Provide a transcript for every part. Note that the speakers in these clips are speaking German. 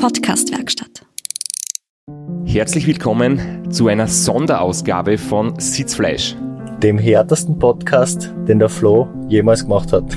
Podcast-Werkstatt. Herzlich willkommen zu einer Sonderausgabe von Sitzfleisch, dem härtesten Podcast, den der Flo jemals gemacht hat.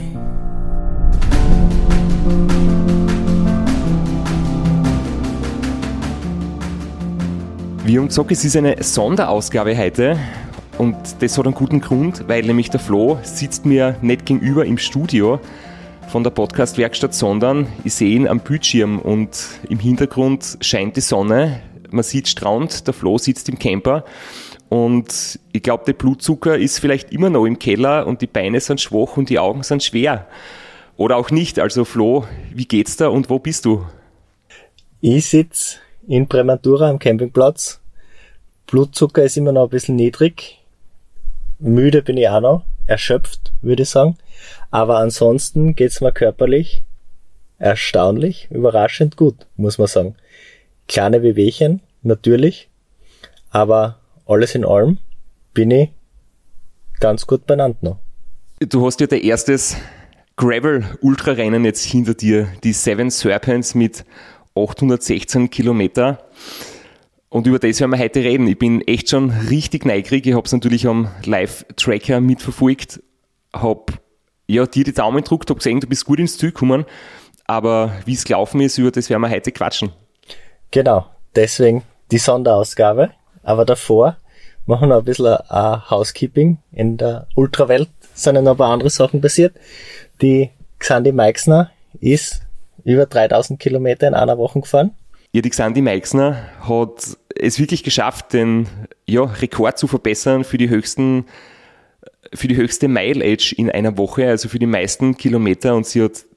Wir haben gesagt, es ist eine Sonderausgabe heute und das hat einen guten Grund, weil nämlich der Flo sitzt mir nicht gegenüber im Studio von der Podcast-Werkstatt, sondern ich sehe ihn am Bildschirm und im Hintergrund scheint die Sonne, man sieht Strand, der Flo sitzt im Camper und ich glaube, der Blutzucker ist vielleicht immer noch im Keller und die Beine sind schwach und die Augen sind schwer. Oder auch nicht. Also Flo, wie geht's da und wo bist du? Ich sitze in Prematura am Campingplatz. Blutzucker ist immer noch ein bisschen niedrig. Müde bin ich auch noch. Erschöpft, würde ich sagen. Aber ansonsten geht's mir körperlich erstaunlich, überraschend gut, muss man sagen. Kleine Wehwehchen, natürlich. Aber alles in allem bin ich ganz gut benannt noch. Du hast ja dein erstes Gravel-Ultrarennen jetzt hinter dir. Die Seven Serpents mit 816 Kilometer. Und über das werden wir heute reden. Ich bin echt schon richtig neugierig. Ich habe es natürlich am Live-Tracker mitverfolgt. Habe dir die Daumen gedrückt, habe gesehen, du bist gut ins Ziel gekommen. Aber wie es gelaufen ist, über das werden wir heute quatschen. Genau, deswegen die Sonderausgabe. Aber davor machen wir noch ein bisschen Housekeeping. In der Ultrawelt sind ja noch ein paar andere Sachen passiert. Die Xandi Meixner ist über 3000 Kilometer in einer Woche gefahren. Ja, die Xandi Meixner hat es wirklich geschafft, den Rekord zu verbessern für die höchste Mile-Edge in einer Woche, also für die meisten Kilometer. Und sie hat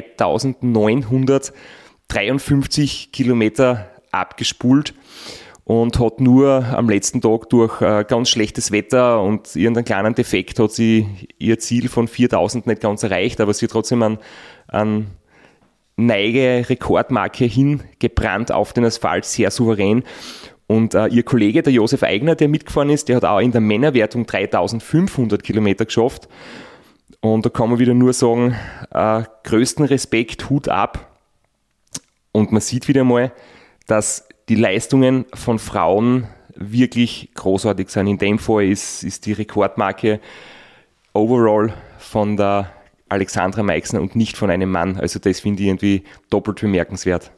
3953 Kilometer abgespult und hat nur am letzten Tag durch ganz schlechtes Wetter und irgendeinen kleinen Defekt hat sie ihr Ziel von 4000 nicht ganz erreicht, aber sie hat trotzdem einen Neige-Rekordmarke hingebrannt auf den Asphalt, sehr souverän. Und ihr Kollege, der Josef Eigner, der mitgefahren ist, der hat auch in der Männerwertung 3500 Kilometer geschafft. Und da kann man wieder nur sagen, größten Respekt, Hut ab. Und man sieht wieder mal, dass die Leistungen von Frauen wirklich großartig sind. In dem Fall ist die Rekordmarke overall von der Alexandra Meixner und nicht von einem Mann. Also das finde ich irgendwie doppelt bemerkenswert.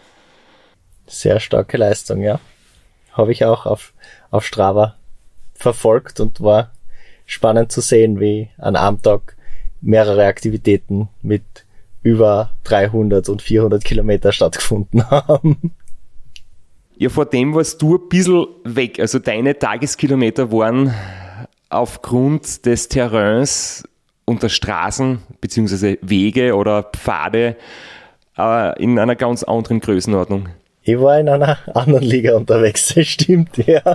Sehr starke Leistung, ja. Habe ich auch auf Strava verfolgt und war spannend zu sehen, wie an einem Tag mehrere Aktivitäten mit über 300 und 400 Kilometer stattgefunden haben. Ja, vor dem warst du ein bisschen weg. Also deine Tageskilometer waren aufgrund des Terrains und der Straßen bzw. Wege oder Pfade in einer ganz anderen Größenordnung. Ich war in einer anderen Liga unterwegs, das stimmt, ja.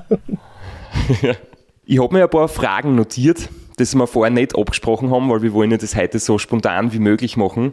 Ich habe mir ein paar Fragen notiert, das wir vorher nicht abgesprochen haben, weil wir wollen ja das heute so spontan wie möglich machen.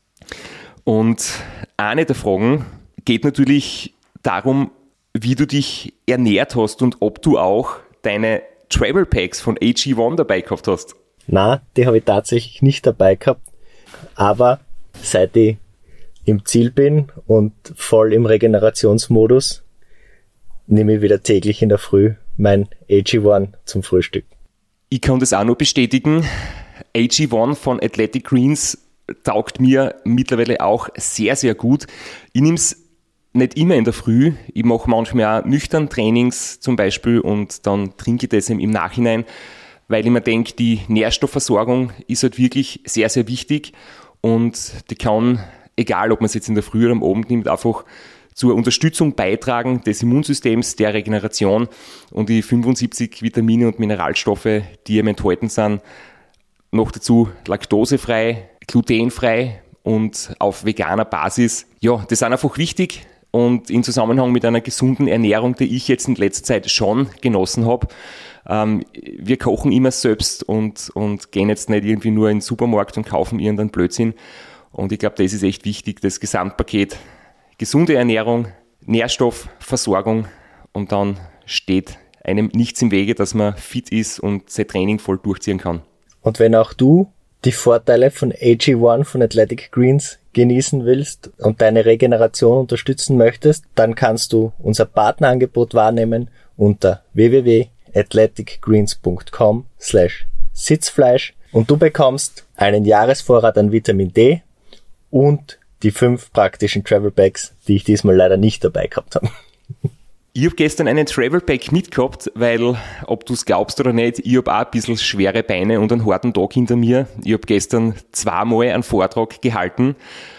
Und eine der Fragen geht natürlich darum, wie du dich ernährt hast und ob du auch deine Travel Packs von AG1 dabei gehabt hast. Nein, die habe ich tatsächlich nicht dabei gehabt, aber seit ich im Ziel bin und voll im Regenerationsmodus, nehme ich wieder täglich in der Früh mein AG1 zum Frühstück. Ich kann das auch nur bestätigen. AG1 von Athletic Greens taugt mir mittlerweile auch sehr, sehr gut. Ich nehme es nicht immer in der Früh. Ich mache manchmal auch nüchtern Trainings zum Beispiel und dann trinke ich das im Nachhinein, weil ich mir denke, die Nährstoffversorgung ist halt wirklich sehr, sehr wichtig und die kann, egal ob man es jetzt in der Früh oder am Abend nimmt, einfach zur Unterstützung beitragen des Immunsystems, der Regeneration und die 75 Vitamine und Mineralstoffe, die eben enthalten sind, noch dazu laktosefrei, glutenfrei und auf veganer Basis. Ja, das sind einfach wichtig und in Zusammenhang mit einer gesunden Ernährung, die ich jetzt in letzter Zeit schon genossen habe. Wir kochen immer selbst und gehen jetzt nicht irgendwie nur in den Supermarkt und kaufen irgendeinen Blödsinn. Und ich glaube, das ist echt wichtig, das Gesamtpaket. Gesunde Ernährung, Nährstoffversorgung und dann steht einem nichts im Wege, dass man fit ist und sein Training voll durchziehen kann. Und wenn auch du die Vorteile von AG1 von Athletic Greens genießen willst und deine Regeneration unterstützen möchtest, dann kannst du unser Partnerangebot wahrnehmen unter www.athleticgreens.com/Sitzfleisch und du bekommst einen Jahresvorrat an Vitamin D und die 5 praktischen Travel Bags, die ich diesmal leider nicht dabei gehabt habe. Ich habe gestern einen Travel Bag mitgehabt, weil, ob du es glaubst oder nicht, ich habe auch ein bisschen schwere Beine und einen harten Tag hinter mir. Ich habe gestern 2-mal einen Vortrag gehalten.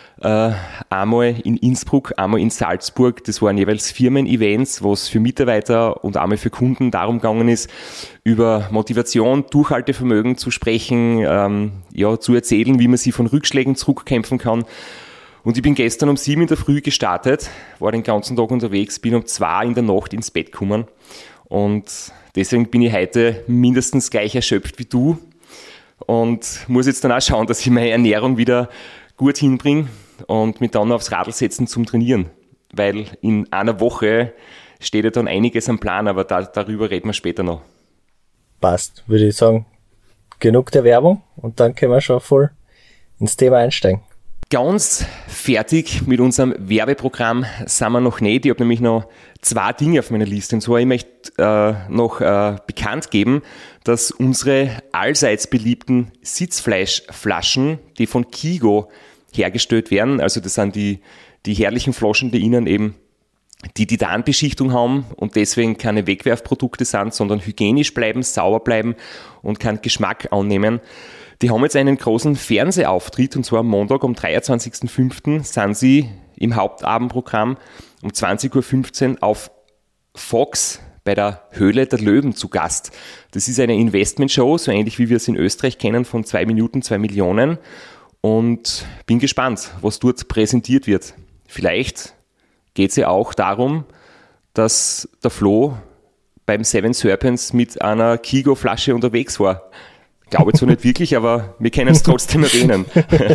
Einmal in Innsbruck, einmal in Salzburg. Das waren jeweils Firmen-Events, wo es für Mitarbeiter und einmal für Kunden darum gegangen ist, über Motivation, Durchhaltevermögen zu sprechen, zu erzählen, wie man sich von Rückschlägen zurückkämpfen kann. Und ich bin gestern um 7 in der Früh gestartet, war den ganzen Tag unterwegs, bin um 2 in der Nacht ins Bett gekommen. Und deswegen bin ich heute mindestens gleich erschöpft wie du und muss jetzt dann auch schauen, dass ich meine Ernährung wieder gut hinbringe und mich dann aufs Radl setzen zum Trainieren. Weil in einer Woche steht ja dann einiges am Plan, aber darüber reden wir später noch. Passt, würde ich sagen. Genug der Werbung und dann können wir schon voll ins Thema einsteigen. Ganz fertig mit unserem Werbeprogramm sind wir noch nicht. Ich habe nämlich noch 2 Dinge auf meiner Liste. Und zwar, ich möchte noch bekannt geben, dass unsere allseits beliebten Sitzfleischflaschen, die von Kigo hergestellt werden, also das sind die herrlichen Flaschen, die innen eben die Titanbeschichtung haben und deswegen keine Wegwerfprodukte sind, sondern hygienisch bleiben, sauber bleiben und keinen Geschmack annehmen. Die haben jetzt einen großen Fernsehauftritt und zwar am Montag am 23.05. sind sie im Hauptabendprogramm um 20.15 Uhr auf Fox bei der Höhle der Löwen zu Gast. Das ist eine Investmentshow, so ähnlich wie wir es in Österreich kennen, von 2 Minuten, 2 Millionen und bin gespannt, was dort präsentiert wird. Vielleicht geht es ja auch darum, dass der Flo beim Seven Serpents mit einer Kigo-Flasche unterwegs war. Glaube zwar nicht wirklich, aber wir können es trotzdem erwähnen.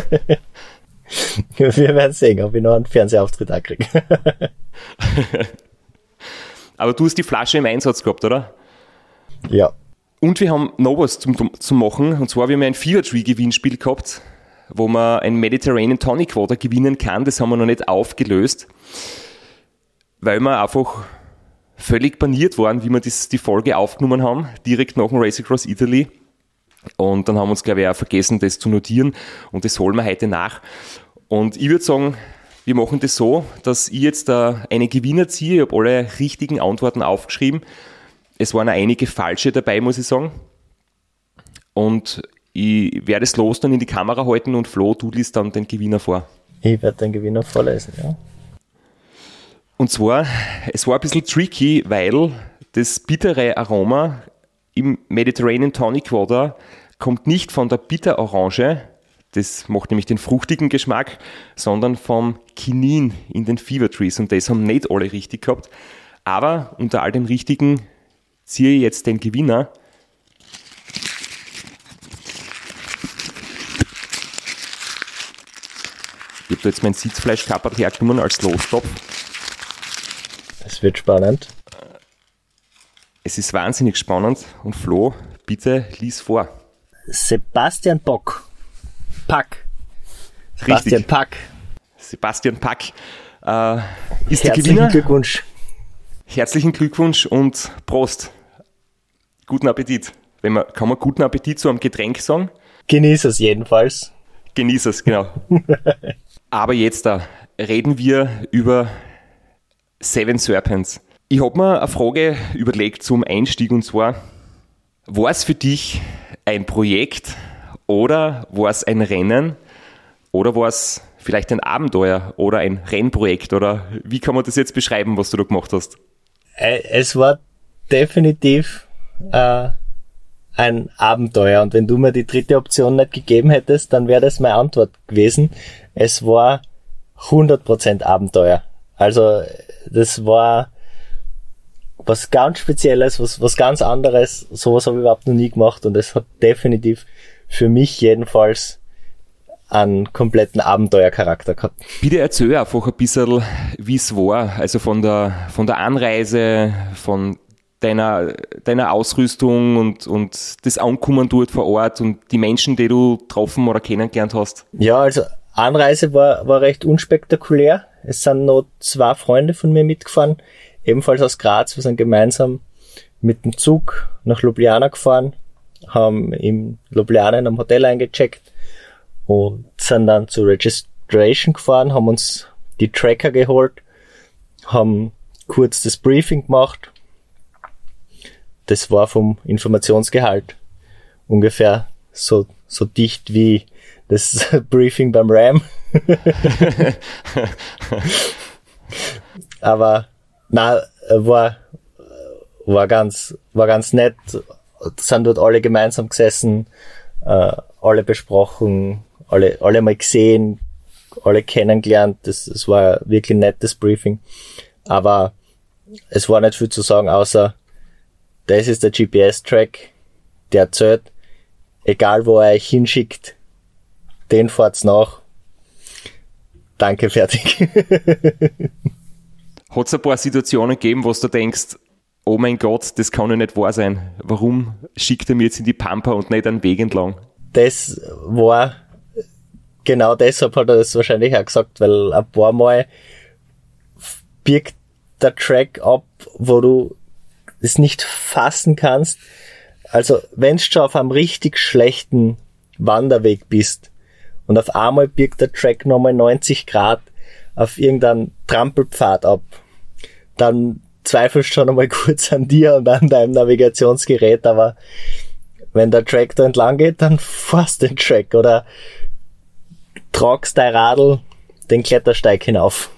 Wir werden sehen, ob ich noch einen Fernsehauftritt auch kriege. Aber du hast die Flasche im Einsatz gehabt, oder? Ja. Und wir haben noch was zum Machen. Und zwar haben wir ein Fevertree-Gewinnspiel gehabt, wo man ein Mediterranean Tonic Water gewinnen kann. Das haben wir noch nicht aufgelöst, weil wir einfach völlig paniert waren, wie wir die Folge aufgenommen haben, direkt nach dem Race Across Italy. Und dann haben wir uns, glaube ich, auch vergessen, das zu notieren. Und das holen wir heute nach. Und ich würde sagen, wir machen das so, dass ich jetzt eine Gewinner ziehe. Ich habe alle richtigen Antworten aufgeschrieben. Es waren auch einige falsche dabei, muss ich sagen. Und ich werde das Los dann in die Kamera halten und Flo, du liest dann den Gewinner vor. Ich werde den Gewinner vorlesen, ja. Und zwar, es war ein bisschen tricky, weil das bittere Aroma im Mediterranean Tonic Water kommt nicht von der Bitterorange, das macht nämlich den fruchtigen Geschmack, sondern vom Kinin in den Fever Trees und das haben nicht alle richtig gehabt. Aber unter all den Richtigen ziehe ich jetzt den Gewinner. Ich habe da jetzt mein Sitzfleischkapperl hergenommen als Lostopf. Es wird spannend. Es ist wahnsinnig spannend und Flo, bitte lies vor. Sebastian Pack. Richtig. Sebastian Pack ist der Gewinner. Herzlichen Glückwunsch. Herzlichen Glückwunsch und Prost. Guten Appetit. Kann man guten Appetit zu einem Getränk sagen? Genieß es jedenfalls. Genieß es, genau. Aber jetzt reden wir über Seven Serpents. Ich habe mir eine Frage überlegt zum Einstieg und zwar, war es für dich ein Projekt oder war es ein Rennen oder war es vielleicht ein Abenteuer oder ein Rennprojekt oder wie kann man das jetzt beschreiben, was du da gemacht hast? Es war definitiv ein Abenteuer und wenn du mir die dritte Option nicht gegeben hättest, dann wäre das meine Antwort gewesen. Es war 100% Abenteuer. Also das war was ganz Spezielles, was ganz anderes. Sowas habe ich überhaupt noch nie gemacht und es hat definitiv für mich jedenfalls einen kompletten Abenteuercharakter gehabt. Bitte erzähl einfach ein bisschen, wie es war, also von der Anreise, von deiner Ausrüstung und das Ankommen dort vor Ort und die Menschen, die du getroffen oder kennengelernt hast? Ja, also Anreise war recht unspektakulär. Es sind noch 2 Freunde von mir mitgefahren, ebenfalls aus Graz. Wir sind gemeinsam mit dem Zug nach Ljubljana gefahren, haben in Ljubljana in einem Hotel eingecheckt und sind dann zur Registration gefahren, haben uns die Tracker geholt, haben kurz das Briefing gemacht. Das war vom Informationsgehalt ungefähr so dicht wie das Briefing beim RAM. Aber war ganz nett. Sind dort alle gemeinsam gesessen, alle besprochen, alle mal gesehen, alle kennengelernt. Es war wirklich ein nettes Briefing. Aber es war nicht viel zu sagen, außer das ist der GPS-Track, der zählt. Egal wo er euch hinschickt, den fahrt's nach. Danke, fertig. Hat es ein paar Situationen gegeben, wo du denkst, oh mein Gott, das kann ja nicht wahr sein. Warum schickt er mir jetzt in die Pampa und nicht einen Weg entlang? Das war, genau deshalb hat er das wahrscheinlich auch gesagt, weil ein paar Mal birgt der Track ab, wo du es nicht fassen kannst. Also, wenn du schon auf einem richtig schlechten Wanderweg bist und auf einmal birgt der Track nochmal 90 Grad auf irgendeinen Trampelpfad ab, dann zweifelst du schon einmal kurz an dir und an deinem Navigationsgerät, aber wenn der Track da entlang geht, dann fahrst den Track oder tragst dein Radl den Klettersteig hinauf.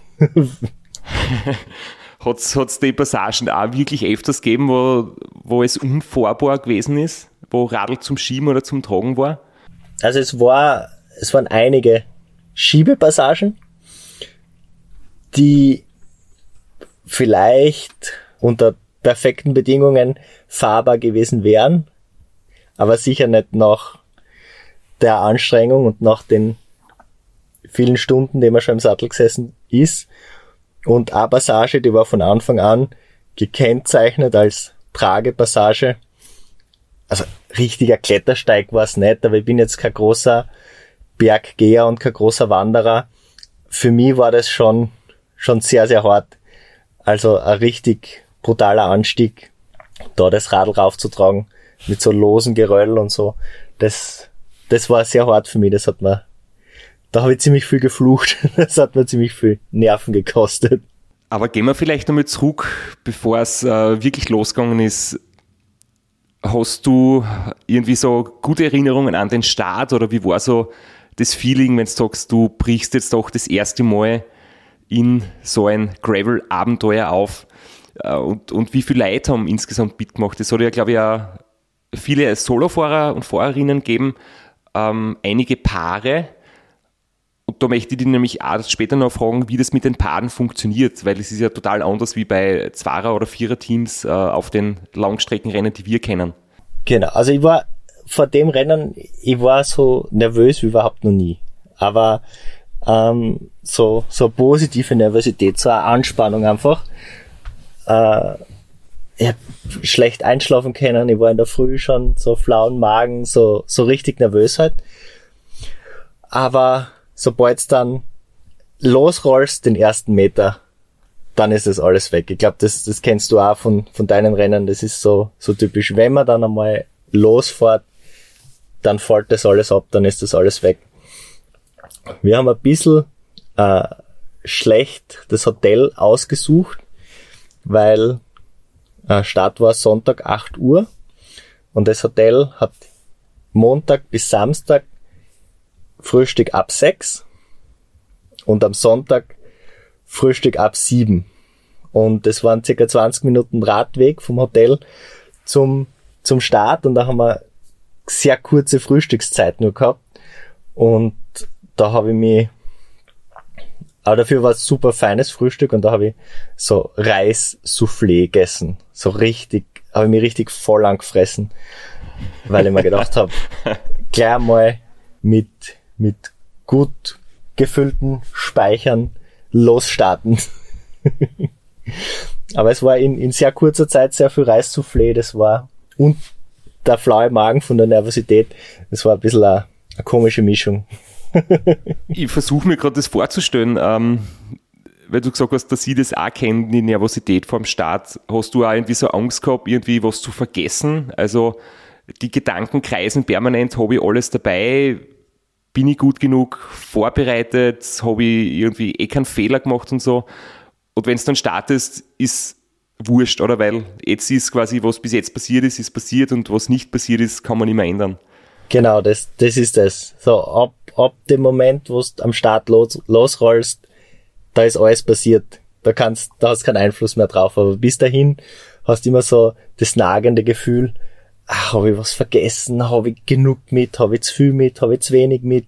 Hat's die Passagen auch wirklich öfters gegeben, wo es unfahrbar gewesen ist, wo Radl zum Schieben oder zum Tragen war? Also es waren einige Schiebepassagen, die vielleicht unter perfekten Bedingungen fahrbar gewesen wären, aber sicher nicht nach der Anstrengung und nach den vielen Stunden, die man schon im Sattel gesessen ist. Und eine Passage, die war von Anfang an gekennzeichnet als Tragepassage. Also richtiger Klettersteig war es nicht, aber ich bin jetzt kein großer Berggeher und kein großer Wanderer. Für mich war das schon sehr, sehr hart. Also ein richtig brutaler Anstieg, da das Radl raufzutragen, mit so losen Geröll und so. Das war sehr hart für mich, da habe ich ziemlich viel geflucht. Das hat mir ziemlich viel Nerven gekostet. Aber gehen wir vielleicht nochmal zurück, bevor es wirklich losgegangen ist. Hast du irgendwie so gute Erinnerungen an den Start oder wie war so das Feeling, wenn du sagst, du brichst jetzt doch das erste Mal in so ein Gravel-Abenteuer auf? Und wie viele Leute haben insgesamt mitgemacht? Es hat ja, glaube ich, auch viele Solofahrer und Fahrerinnen gegeben, einige Paare. Und da möchte ich dich nämlich auch später noch fragen, wie das mit den Paaren funktioniert, weil es ist ja total anders wie bei Zweier- oder Vierer-Teams auf den Langstreckenrennen, die wir kennen. Genau, also ich war vor dem Rennen, ich war so nervös wie überhaupt noch nie. Aber so positive Nervosität, so eine Anspannung einfach. Ich hab schlecht einschlafen können, ich war in der Früh schon so flauen Magen, so richtig nervös halt. Aber sobald du dann losrollst, den ersten Meter, dann ist das alles weg. Ich glaube, das kennst du auch von deinen Rennen. Das ist so typisch. Wenn man dann einmal losfährt, dann fällt das alles ab, dann ist das alles weg. Wir haben ein bisschen schlecht das Hotel ausgesucht, weil Start war Sonntag 8 Uhr und das Hotel hat Montag bis Samstag Frühstück ab 6 und am Sonntag Frühstück ab 7. Und das waren circa 20 Minuten Radweg vom Hotel zum Start und da haben wir sehr kurze Frühstückszeit nur gehabt. Und da habe ich mich, aber dafür war es super feines Frühstück und da habe ich so Reis-Soufflé gegessen. So richtig, habe ich mich richtig voll angefressen, weil ich mir gedacht habe, gleich mal mit gut gefüllten Speichern losstarten. Aber es war in sehr kurzer Zeit sehr viel Reissoufflé, das war, und der flaue Magen von der Nervosität, das war ein bisschen eine komische Mischung. Ich versuche mir gerade das vorzustellen, weil du gesagt hast, dass sie das auch kennen, die Nervosität vorm Start. Hast du auch irgendwie so Angst gehabt, irgendwie was zu vergessen? Also die Gedanken kreisen permanent, habe ich alles dabei? Bin ich gut genug vorbereitet? Habe ich irgendwie keinen Fehler gemacht und so? Und wenn es dann startest, ist wurscht, oder? Weil jetzt ist quasi, was bis jetzt passiert ist passiert und was nicht passiert ist, kann man nicht mehr ändern. Genau, das ist das. So, ab dem Moment, wo du am Start losrollst, da ist alles passiert. Da hast du keinen Einfluss mehr drauf. Aber bis dahin hast du immer so das nagende Gefühl, habe ich was vergessen? Habe ich genug mit? Habe ich zu viel mit? Habe ich zu wenig mit?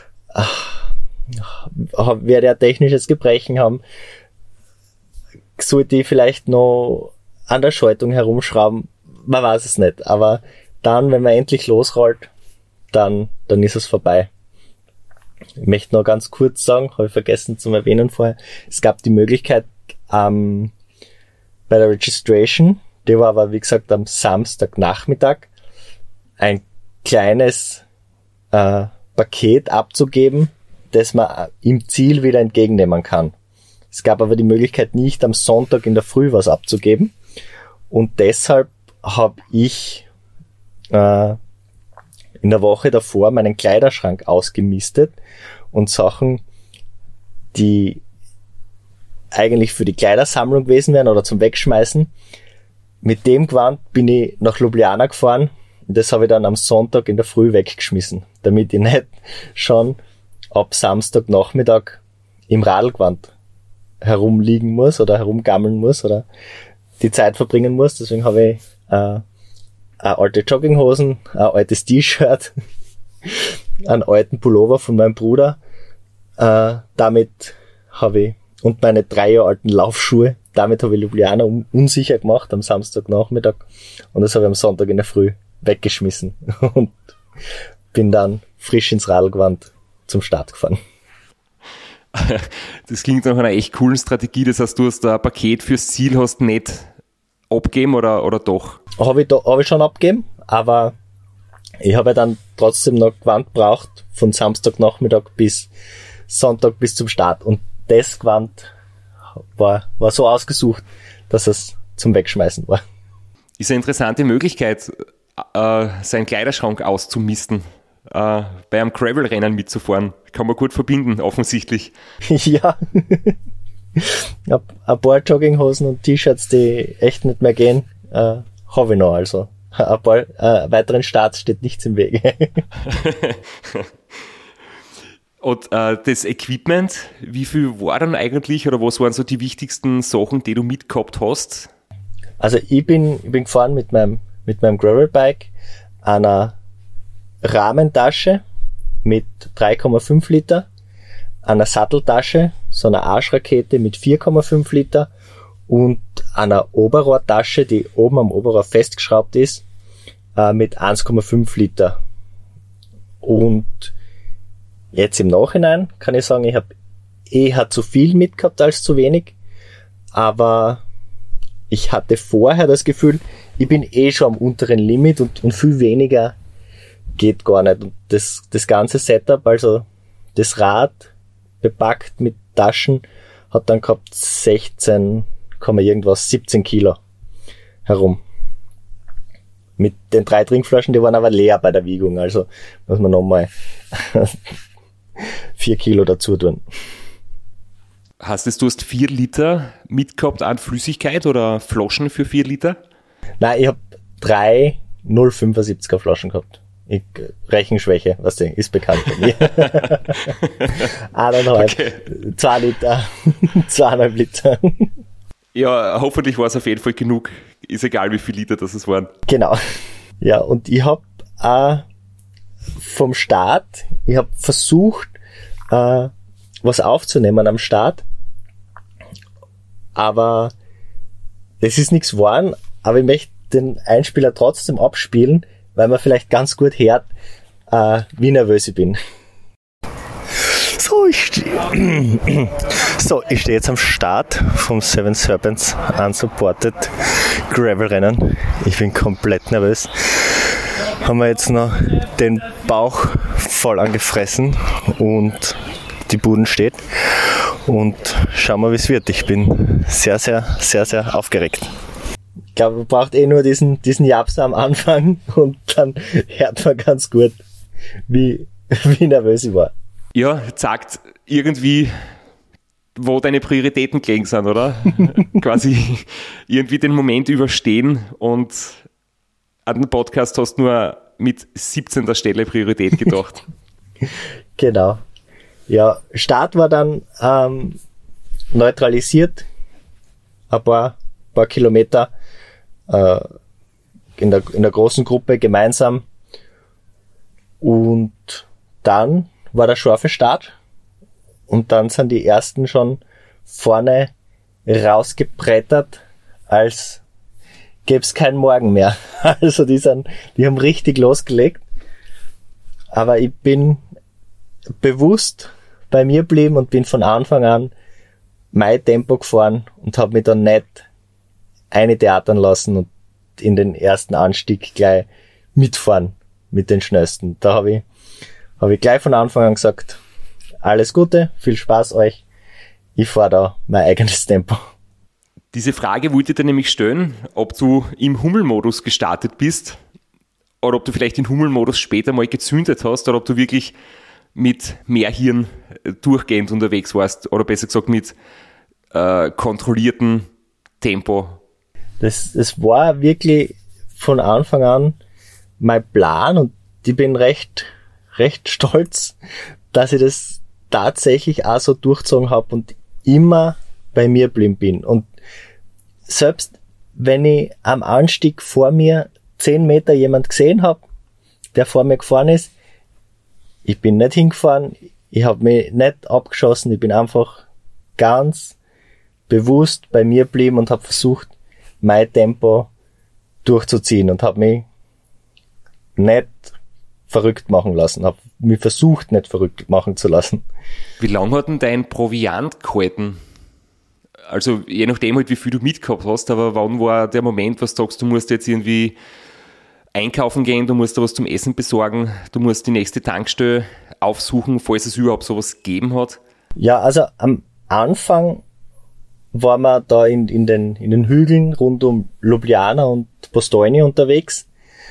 Werde ich ein technisches Gebrechen haben? Sollte ich vielleicht noch an der Schaltung herumschrauben? Man weiß es nicht. Aber dann, wenn man endlich losrollt, dann ist es vorbei. Ich möchte noch ganz kurz sagen, habe ich vergessen zu erwähnen vorher, es gab die Möglichkeit bei der Registration, die war aber wie gesagt am Samstagnachmittag, ein kleines Paket abzugeben, das man im Ziel wieder entgegennehmen kann. Es gab aber die Möglichkeit nicht am Sonntag in der Früh was abzugeben und deshalb habe ich in der Woche davor meinen Kleiderschrank ausgemistet und Sachen, die eigentlich für die Kleidersammlung gewesen wären oder zum Wegschmeißen. Mit dem Gewand bin ich nach Ljubljana gefahren und das habe ich dann am Sonntag in der Früh weggeschmissen, damit ich nicht schon ab Samstagnachmittag im Radlgewand herumliegen muss oder herumgammeln muss oder die Zeit verbringen muss. Deswegen habe ich alte Jogginghosen, ein altes T-Shirt, einen alten Pullover von meinem Bruder. Damit habe ich, und meine 3 Jahre alten Laufschuhe, damit habe ich Ljubljana unsicher gemacht am Samstagnachmittag und das habe ich am Sonntag in der Früh weggeschmissen und bin dann frisch ins Radlgewand zum Start gefahren. Das klingt nach einer echt coolen Strategie. Das heißt, du hast da ein Paket fürs Ziel, hast nicht abgeben oder doch? Habe ich schon abgegeben, aber ich habe dann trotzdem noch Gewand braucht von Samstagnachmittag bis Sonntag bis zum Start und das Gewand war so ausgesucht, dass es zum Wegschmeißen war. Ist eine interessante Möglichkeit, seinen Kleiderschrank auszumisten, bei einem Gravel-Rennen mitzufahren. Kann man gut verbinden, offensichtlich. Ja. Ein paar Jogginghosen und T-Shirts, die echt nicht mehr gehen, habe ich noch. Also ein paar weiteren Starts steht nichts im Wege. Und das Equipment, wie viel war dann eigentlich oder was waren so die wichtigsten Sachen, die du mitgehabt hast? Also ich bin gefahren mit meinem Gravelbike, einer Rahmentasche mit 3,5 Liter, einer Satteltasche, so einer Arschrakete mit 4,5 Liter und einer Oberrohrtasche, die oben am Oberrohr festgeschraubt ist, mit 1,5 Liter. Und jetzt im Nachhinein kann ich sagen, ich habe eher zu viel mitgehabt als zu wenig, aber ich hatte vorher das Gefühl, ich bin schon am unteren Limit und viel weniger geht gar nicht. Und das ganze Setup, also das Rad bepackt mit Taschen, hat dann gehabt 17 Kilo herum. Mit den 3 Trinkflaschen, die waren aber leer bei der Wiegung, also muss man nochmal 4 Kilo dazu tun. Heißt es, du hast 4 Liter mitgehabt an Flüssigkeit oder Flaschen für 4 Liter? Nein, ich habe 3 0,75er Flaschen gehabt. Rechenschwäche, was du, ist bekannt bei mir. 1,5, okay. 2 Liter, 2,5 Liter. Ja, hoffentlich war es auf jeden Fall genug. Ist egal, wie viel Liter das es waren. Genau. Ja, und ich habe vom Start, ich habe versucht, was aufzunehmen am Start, aber es ist nichts geworden, aber ich möchte den Einspieler trotzdem abspielen, weil man vielleicht ganz gut hört, wie nervös ich bin. So, ich stehe jetzt am Start vom Seven Serpents Unsupported Gravel-Rennen. Ich bin komplett nervös. Haben wir jetzt noch den Bauch voll angefressen und die Buden steht. Und schauen wir, wie es wird. Ich bin sehr, sehr, sehr, sehr aufgeregt. Ich glaube, man braucht nur diesen Japser am Anfang und dann hört man ganz gut, wie nervös ich war. Ja, sagt irgendwie, wo deine Prioritäten gelegen sind, oder? Quasi irgendwie den Moment überstehen und an den Podcast hast du nur mit 17. Stelle Priorität gedacht. Genau. Ja, Start war dann neutralisiert, ein paar Kilometer in der großen Gruppe gemeinsam, und dann war der scharfe Start und dann sind die ersten schon vorne rausgebrettert, als gäbe es keinen Morgen mehr. Also die haben richtig losgelegt, aber ich bin bewusst bei mir geblieben und bin von Anfang an mein Tempo gefahren und habe mich dann nicht theatern lassen und in den ersten Anstieg gleich mitfahren mit den Schnellsten. Da habe ich gleich von Anfang an gesagt, alles Gute, viel Spaß euch, ich fahre da mein eigenes Tempo. Diese Frage wollte ich dir nämlich stellen, ob du im Hummelmodus gestartet bist oder ob du vielleicht den Hummelmodus später mal gezündet hast oder ob du wirklich mit mehr Hirn durchgehend unterwegs warst oder besser gesagt mit kontrolliertem Tempo. Das war wirklich von Anfang an mein Plan und ich bin recht stolz, dass ich das tatsächlich auch so durchgezogen habe und immer bei mir geblieben bin. Und selbst wenn ich am Anstieg vor mir 10 Meter jemand gesehen habe, der vor mir gefahren ist, ich bin nicht hingefahren, ich habe mich nicht abgeschossen, ich bin einfach ganz bewusst bei mir geblieben und habe versucht, mein Tempo durchzuziehen und habe mich nicht verrückt machen lassen, habe mich versucht, nicht verrückt machen zu lassen. Wie lange hat denn dein Proviant gehalten? Also je nachdem halt, wie viel du mitgehabt hast, aber wann war der Moment, was du sagst, du musst jetzt irgendwie einkaufen gehen, du musst da was zum Essen besorgen, du musst die nächste Tankstelle aufsuchen, falls es überhaupt sowas gegeben hat? Ja, also am Anfang waren wir da in den Hügeln rund um Ljubljana und Postojny unterwegs.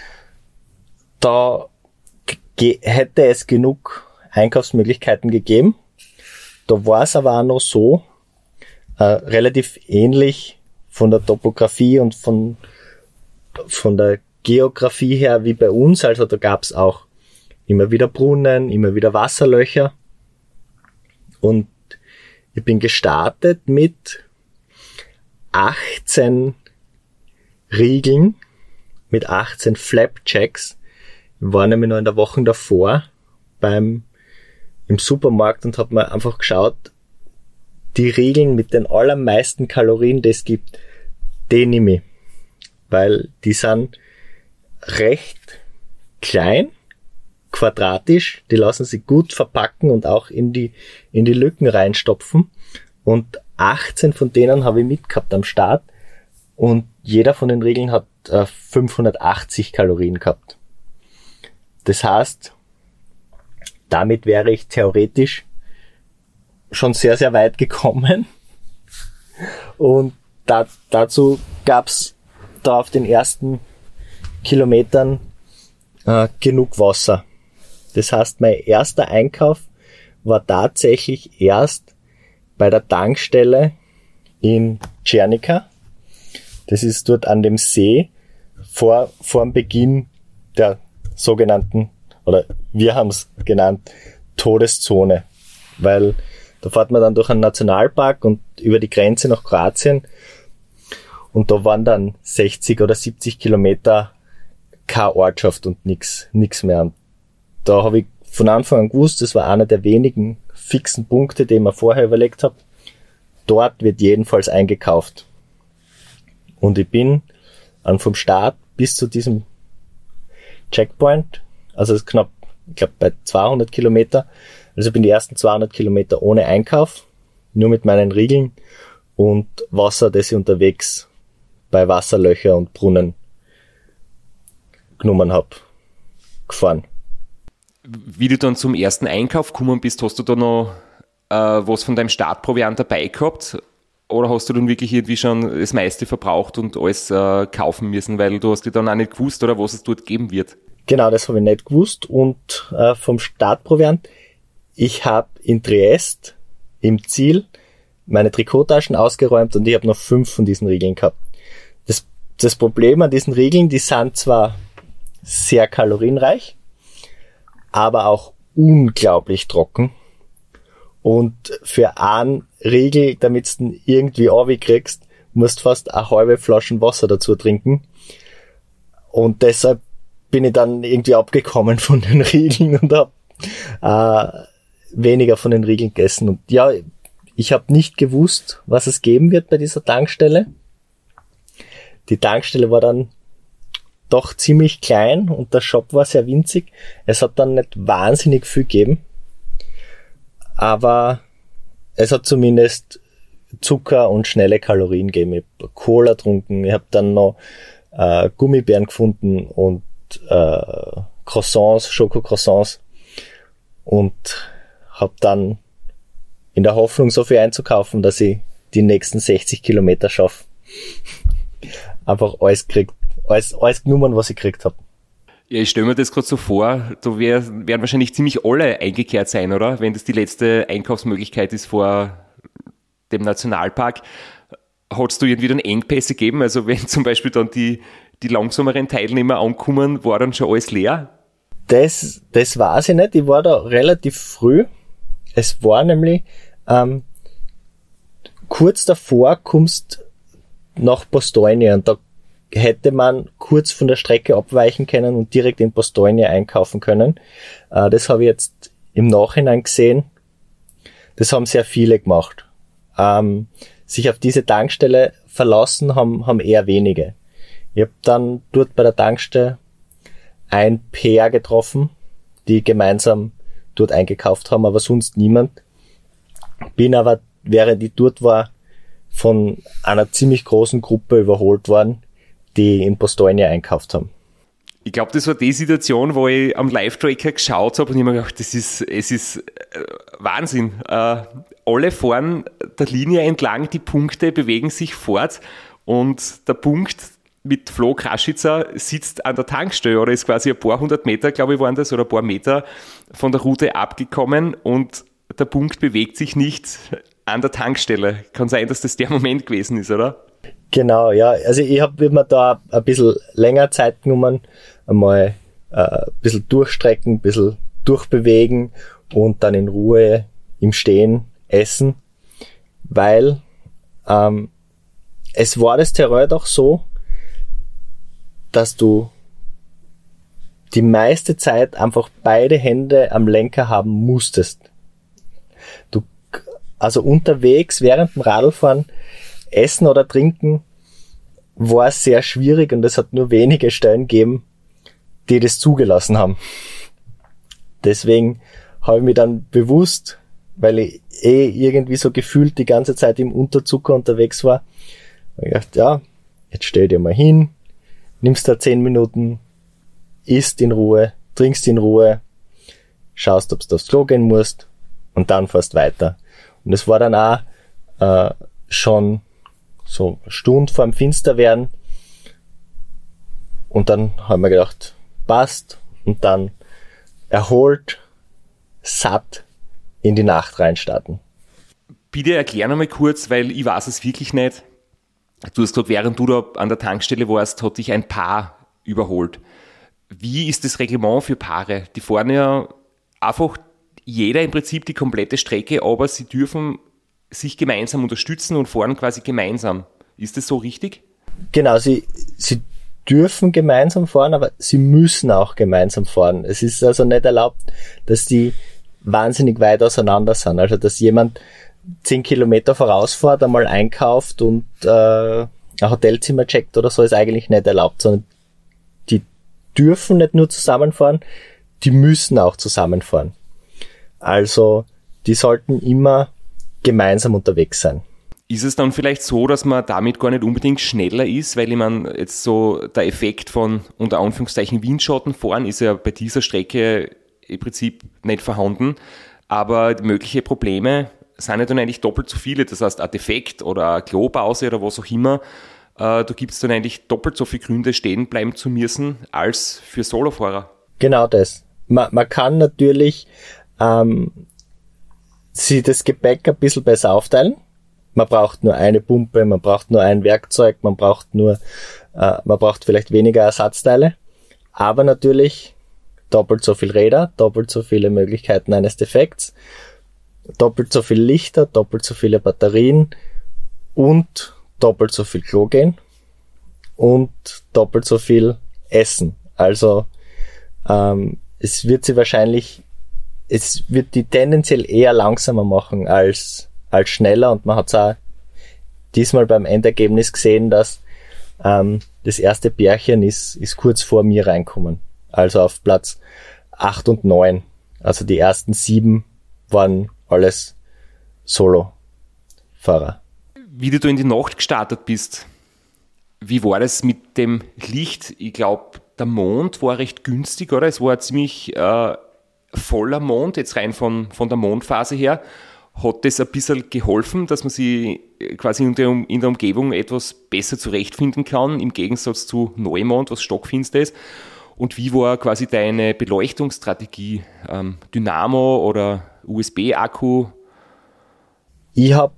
Da hätte es genug Einkaufsmöglichkeiten gegeben. Da war es aber auch noch so, relativ ähnlich von der Topografie und von der Geografie her wie bei uns. Also da gab es auch immer wieder Brunnen, immer wieder Wasserlöcher. Und ich bin gestartet mit 18 Riegeln, mit 18 Flapjacks. Ich war nämlich noch in der Woche davor im Supermarkt und habe mir einfach geschaut, die Riegeln mit den allermeisten Kalorien, die es gibt, die nehme ich. Weil die sind recht klein, quadratisch, die lassen sich gut verpacken und auch in die Lücken reinstopfen. Und 18 von denen habe ich mitgehabt am Start und jeder von den Riegeln hat 580 Kalorien gehabt. Das heißt, damit wäre ich theoretisch schon sehr, sehr weit gekommen. Und dazu gab's da auf den ersten Kilometern genug Wasser. Das heißt, mein erster Einkauf war tatsächlich erst bei der Tankstelle in Czernica. Das ist dort an dem See vor dem Beginn der sogenannten, oder wir haben es genannt, Todeszone. Weil da fährt man dann durch einen Nationalpark und über die Grenze nach Kroatien und da waren dann 60 oder 70 Kilometer keine Ortschaft und nix mehr. Und da habe ich von Anfang an gewusst, das war einer der wenigen fixen Punkte, die ich mir vorher überlegt habe. Dort wird jedenfalls eingekauft. Und ich bin vom Start bis zu diesem Checkpoint, also das ist knapp, ich glaube bei 200 Kilometer, Also bin die ersten 200 Kilometer ohne Einkauf, nur mit meinen Riegeln und Wasser, das ich unterwegs bei Wasserlöcher und Brunnen genommen habe, gefahren. Wie du dann zum ersten Einkauf gekommen bist, hast du da noch was von deinem Startproviant dabei gehabt? Oder hast du dann wirklich irgendwie schon das meiste verbraucht und alles kaufen müssen, weil du hast dir dann auch nicht gewusst, oder was es dort geben wird? Genau, das habe ich nicht gewusst. Und vom Startproviant, ich habe in Triest im Ziel meine Trikottaschen ausgeräumt und ich habe noch 5 von diesen Riegeln gehabt. Das Problem an diesen Riegeln, die sind zwar sehr kalorienreich, aber auch unglaublich trocken. Und für einen Riegel, damit du ihn irgendwie kriegst, musst du fast eine halbe Flasche Wasser dazu trinken. Und deshalb bin ich dann irgendwie abgekommen von den Riegeln und habe weniger von den Riegeln gegessen. Und ja, ich habe nicht gewusst, was es geben wird bei dieser Tankstelle. Die Tankstelle war dann doch ziemlich klein und der Shop war sehr winzig. Es hat dann nicht wahnsinnig viel gegeben. Aber es hat zumindest Zucker und schnelle Kalorien gegeben. Ich habe Cola getrunken, ich habe dann noch Gummibären gefunden und Croissants, Schokocroissants und habe dann in der Hoffnung, so viel einzukaufen, dass ich die nächsten 60 Kilometer schaffe. Einfach alles genommen, was ich gekriegt habe. Ja, ich stelle mir das gerade so vor, da werden wahrscheinlich ziemlich alle eingekehrt sein, oder? Wenn das die letzte Einkaufsmöglichkeit ist vor dem Nationalpark. Hat es da irgendwie dann Engpässe gegeben? Also wenn zum Beispiel dann die langsameren Teilnehmer ankommen, war dann schon alles leer? Das weiß ich nicht. Ich war da relativ früh. Es war nämlich kurz davor kommst nach Bastogne und da hätte man kurz von der Strecke abweichen können und direkt in Bastogne einkaufen können. Das habe ich jetzt im Nachhinein gesehen. Das haben sehr viele gemacht. Sich auf diese Tankstelle verlassen haben eher wenige. Ich habe dann dort bei der Tankstelle ein Pair getroffen, die gemeinsam dort eingekauft haben, aber sonst niemand. Bin aber, während ich dort war, von einer ziemlich großen Gruppe überholt worden, die in Bastogne einkauft haben. Ich glaube, das war die Situation, wo ich am Live-Tracker geschaut habe und ich mir gedacht, es ist Wahnsinn. Alle fahren der Linie entlang, die Punkte bewegen sich fort und der Punkt mit Flo Kraschitzer sitzt an der Tankstelle oder ist quasi ein paar hundert Meter, glaube ich, waren das, oder ein paar Meter von der Route abgekommen und der Punkt bewegt sich nicht an der Tankstelle. Kann sein, dass das der Moment gewesen ist, oder? Genau, ja. Also ich habe mir da ein bisschen länger Zeit genommen, einmal ein bisschen durchstrecken, ein bisschen durchbewegen und dann in Ruhe im Stehen essen, weil es war das Terrain doch so, dass du die meiste Zeit einfach beide Hände am Lenker haben musstest. Also unterwegs während dem Radlfahren essen oder trinken war sehr schwierig und es hat nur wenige Stellen gegeben, die das zugelassen haben. Deswegen habe ich mich dann bewusst, weil ich irgendwie so gefühlt die ganze Zeit im Unterzucker unterwegs war, habe ich gedacht, ja, jetzt stell dir mal hin, nimmst da 10 Minuten, isst in Ruhe, trinkst in Ruhe, schaust, ob du aufs Klo gehen musst und dann fährst weiter. Und es war dann auch schon so eine Stunde vor dem Finsterwerden und dann haben wir gedacht, passt und dann erholt, satt in die Nacht reinstarten. Bitte erklär noch mal kurz, weil ich weiß es wirklich nicht. Du hast gesagt, während du da an der Tankstelle warst, hat dich ein Paar überholt. Wie ist das Reglement für Paare? Die fahren ja einfach jeder im Prinzip die komplette Strecke, aber sie dürfen sich gemeinsam unterstützen und fahren quasi gemeinsam. Ist das so richtig? Genau, sie dürfen gemeinsam fahren, aber sie müssen auch gemeinsam fahren. Es ist also nicht erlaubt, dass die wahnsinnig weit auseinander sind. Also, dass jemand 10 Kilometer vorausfährt, einmal einkauft und ein Hotelzimmer checkt oder so, ist eigentlich nicht erlaubt, sondern die dürfen nicht nur zusammenfahren, die müssen auch zusammenfahren. Also die sollten immer gemeinsam unterwegs sein. Ist es dann vielleicht so, dass man damit gar nicht unbedingt schneller ist, weil ich meine, jetzt so der Effekt von unter Anführungszeichen Windschatten fahren ist ja bei dieser Strecke im Prinzip nicht vorhanden, aber mögliche Probleme sind ja dann eigentlich doppelt so viele, das heißt ein Defekt oder eine Klopause oder was auch immer, da gibt es dann eigentlich doppelt so viele Gründe, stehen bleiben zu müssen, als für Solofahrer. Genau das. Man kann natürlich sich das Gepäck ein bisschen besser aufteilen. Man braucht nur eine Pumpe, man braucht nur ein Werkzeug, man braucht vielleicht weniger Ersatzteile. Aber natürlich doppelt so viel Räder, doppelt so viele Möglichkeiten eines Defekts, doppelt so viel Lichter, doppelt so viele Batterien und doppelt so viel Klo gehen und doppelt so viel Essen. Also es wird die tendenziell eher langsamer machen als schneller, und man hat es auch diesmal beim Endergebnis gesehen, dass das erste Pärchen ist kurz vor mir reinkommen. Also auf Platz 8 und 9. Also die ersten 7 waren alles Solo-Fahrer. Wie du in die Nacht gestartet bist, wie war das mit dem Licht? Ich glaube, der Mond war recht günstig, oder? Es war ein ziemlich voller Mond, jetzt rein von der Mondphase her. Hat das ein bisschen geholfen, dass man sich quasi in der Umgebung etwas besser zurechtfinden kann, im Gegensatz zu Neumond, was stockfinster ist? Und wie war quasi deine Beleuchtungsstrategie? Dynamo oder USB-Akku? Ich habe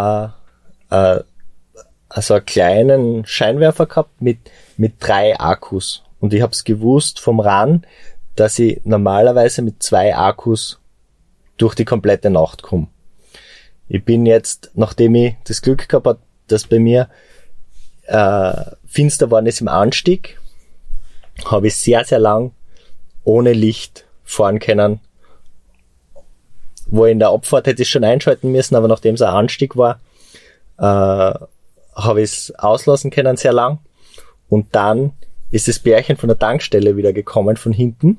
also einen kleinen Scheinwerfer gehabt mit 3 Akkus. Und ich habe es gewusst vom RAN, dass ich normalerweise mit 2 Akkus durch die komplette Nacht komme. Ich bin jetzt, nachdem ich das Glück gehabt habe, dass bei mir finster worden ist im Anstieg, habe ich sehr, sehr lang ohne Licht fahren können. Wo in der Abfahrt hätte ich schon einschalten müssen, aber nachdem es ein Anstieg war, habe ich es auslassen können sehr lang. Und dann ist das Pärchen von der Tankstelle wieder gekommen von hinten.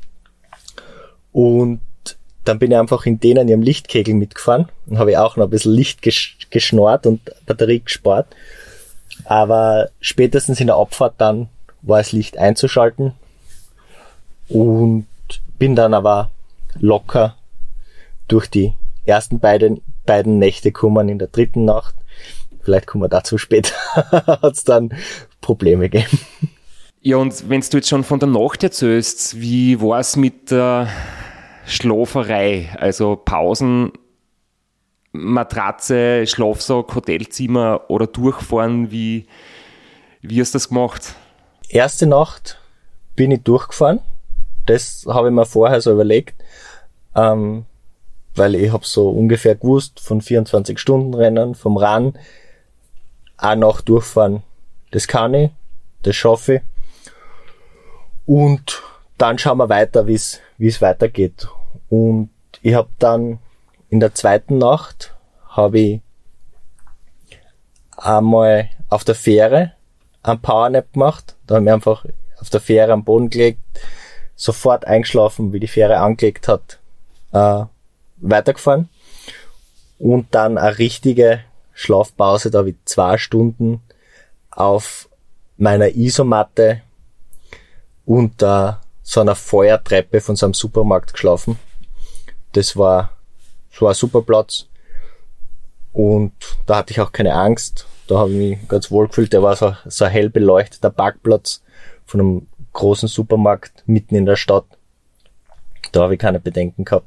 Und dann bin ich einfach in ihrem Lichtkegel mitgefahren und habe auch noch ein bisschen Licht geschnort und Batterie gespart. Aber spätestens in der Abfahrt dann war das Licht einzuschalten und bin dann aber locker durch die ersten beiden Nächte gekommen. In der dritten Nacht, vielleicht kommen wir dazu später, hat es dann Probleme gegeben. Ja, und wenn du jetzt schon von der Nacht erzählst, wie war es mit der Schlaferei? Also Pausen, Matratze, Schlafsack, Hotelzimmer oder durchfahren, wie hast du das gemacht? Erste Nacht bin ich durchgefahren. Das habe ich mir vorher so überlegt, weil ich habe so ungefähr gewusst, von 24-Stunden-Rennen, vom RAN, eine Nacht durchfahren, das kann ich, das schaffe ich. Und dann schauen wir weiter, wie es weitergeht. Und ich habe dann in der zweiten Nacht habe ich einmal auf der Fähre einen Powernap gemacht. Da habe ich einfach auf der Fähre am Boden gelegt, sofort eingeschlafen, wie die Fähre angelegt hat, weitergefahren. Und dann eine richtige Schlafpause, da habe ich 2 Stunden auf meiner Isomatte unter so einer Feuertreppe von so einem Supermarkt geschlafen. Das war so ein super Platz. Und da hatte ich auch keine Angst. Da habe ich mich ganz wohl gefühlt. Der war so ein hell beleuchteter Parkplatz von einem großen Supermarkt mitten in der Stadt. Da habe ich keine Bedenken gehabt.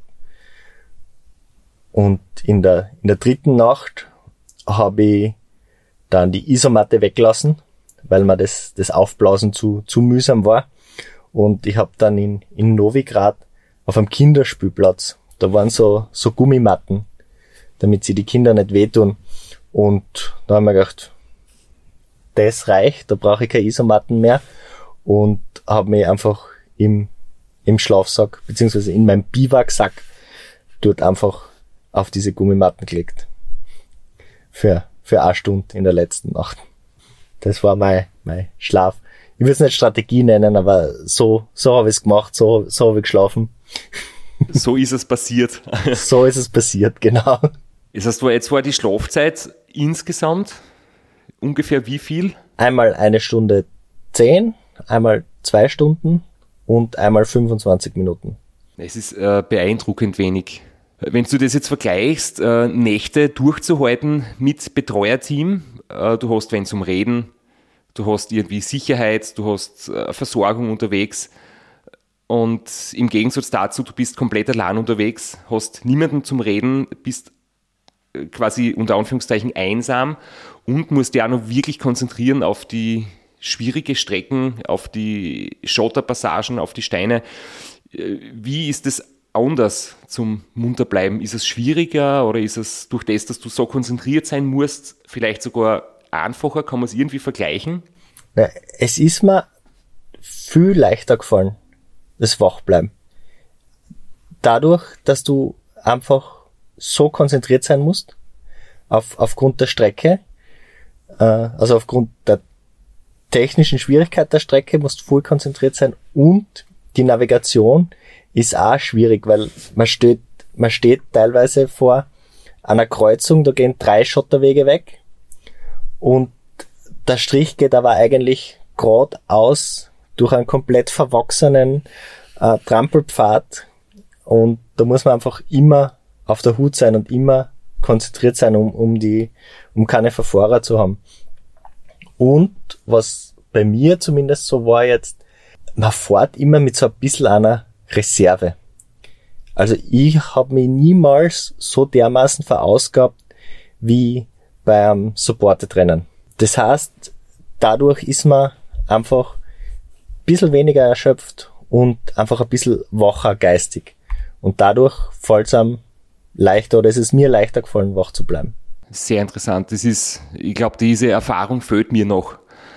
Und in der dritten Nacht habe ich dann die Isomatte weggelassen, weil mir das Aufblasen zu mühsam war. Und ich habe dann in Novigrad auf einem Kinderspielplatz, da waren so Gummimatten, damit sie die Kinder nicht wehtun. Und da haben wir gedacht, das reicht, da brauche ich keine Isomatten mehr. Und habe mich einfach im Schlafsack, beziehungsweise in meinem Biwaksack, dort einfach auf diese Gummimatten gelegt. Für 1 Stunde in der letzten Nacht. Das war mein Schlaf. Ich will es nicht Strategie nennen, aber so habe ich es gemacht, so habe ich geschlafen. So ist es passiert. So ist es passiert, genau. Das heißt, jetzt war die Schlafzeit insgesamt ungefähr wie viel? Einmal 1:10, einmal 2 Stunden und einmal 25 Minuten. Es ist beeindruckend wenig. Wenn du das jetzt vergleichst, Nächte durchzuhalten mit Betreuerteam, du hast wen zum Reden, du hast irgendwie Sicherheit, du hast Versorgung unterwegs und im Gegensatz dazu, du bist komplett allein unterwegs, hast niemanden zum Reden, bist quasi unter Anführungszeichen einsam und musst dich auch noch wirklich konzentrieren auf die schwierige Strecken, auf die Schotterpassagen, auf die Steine. Wie ist das anders zum Munterbleiben? Ist es schwieriger oder ist es durch das, dass du so konzentriert sein musst, vielleicht sogar einfacher? Kann man es irgendwie vergleichen? Ja, es ist mir viel leichter gefallen, das Wachbleiben. Dadurch, dass du einfach so konzentriert sein musst, aufgrund der Strecke, also aufgrund der technischen Schwierigkeit der Strecke, musst du voll konzentriert sein und die Navigation ist auch schwierig, weil man steht teilweise vor einer Kreuzung, da gehen 3 Schotterwege weg und der Strich geht aber eigentlich geradeaus durch einen komplett verwachsenen Trampelpfad und da muss man einfach immer auf der Hut sein und immer konzentriert sein, um keine Verfahrer zu haben. Und was bei mir zumindest so war jetzt, man fährt immer mit so ein bisschen einer Reserve. Also ich habe mich niemals so dermaßen verausgabt wie beim Supported-Rennen. Das heißt, dadurch ist man einfach ein bisschen weniger erschöpft und einfach ein bisschen wacher geistig. Und dadurch fällt es einem leichter, oder es ist mir leichter gefallen, wach zu bleiben. Sehr interessant. Ich glaube, diese Erfahrung fehlt mir noch,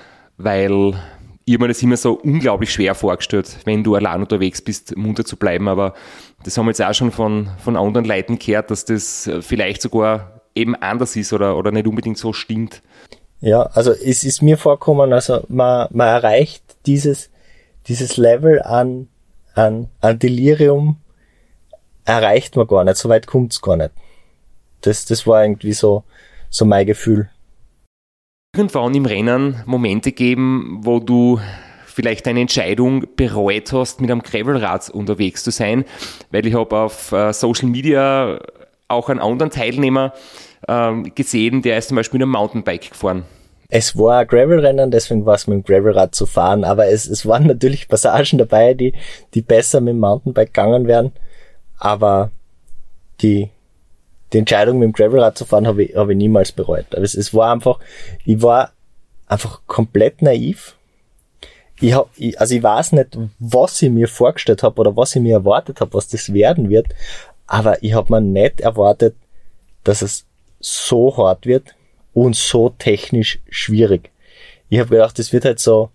weil ich habe mir das immer so unglaublich schwer vorgestellt, wenn du allein unterwegs bist, munter zu bleiben. Aber das haben wir jetzt auch schon von anderen Leuten gehört, dass das vielleicht sogar eben anders ist oder nicht unbedingt so stimmt. Ja, also es ist mir vorgekommen, also man erreicht dieses Level an Delirium erreicht man gar nicht, so weit kommt's gar nicht. Das war irgendwie so mein Gefühl. Irgendwann im Rennen Momente geben, wo du vielleicht deine Entscheidung bereut hast, mit einem Gravelrad unterwegs zu sein, weil ich habe auf Social Media auch einen anderen Teilnehmer gesehen, der ist zum Beispiel mit einem Mountainbike gefahren. Es war ein Gravelrennen, deswegen war es mit dem Gravelrad zu fahren, aber es waren natürlich Passagen dabei, die besser mit dem Mountainbike gegangen wären, aber die Entscheidung mit dem Gravelrad zu fahren habe ich niemals bereut. Aber es war einfach, ich war einfach komplett naiv. Ich weiß nicht, was ich mir vorgestellt habe oder was ich mir erwartet habe, was das werden wird, aber ich habe mir nicht erwartet, dass es so hart wird und so technisch schwierig. Ich habe gedacht, das wird halt so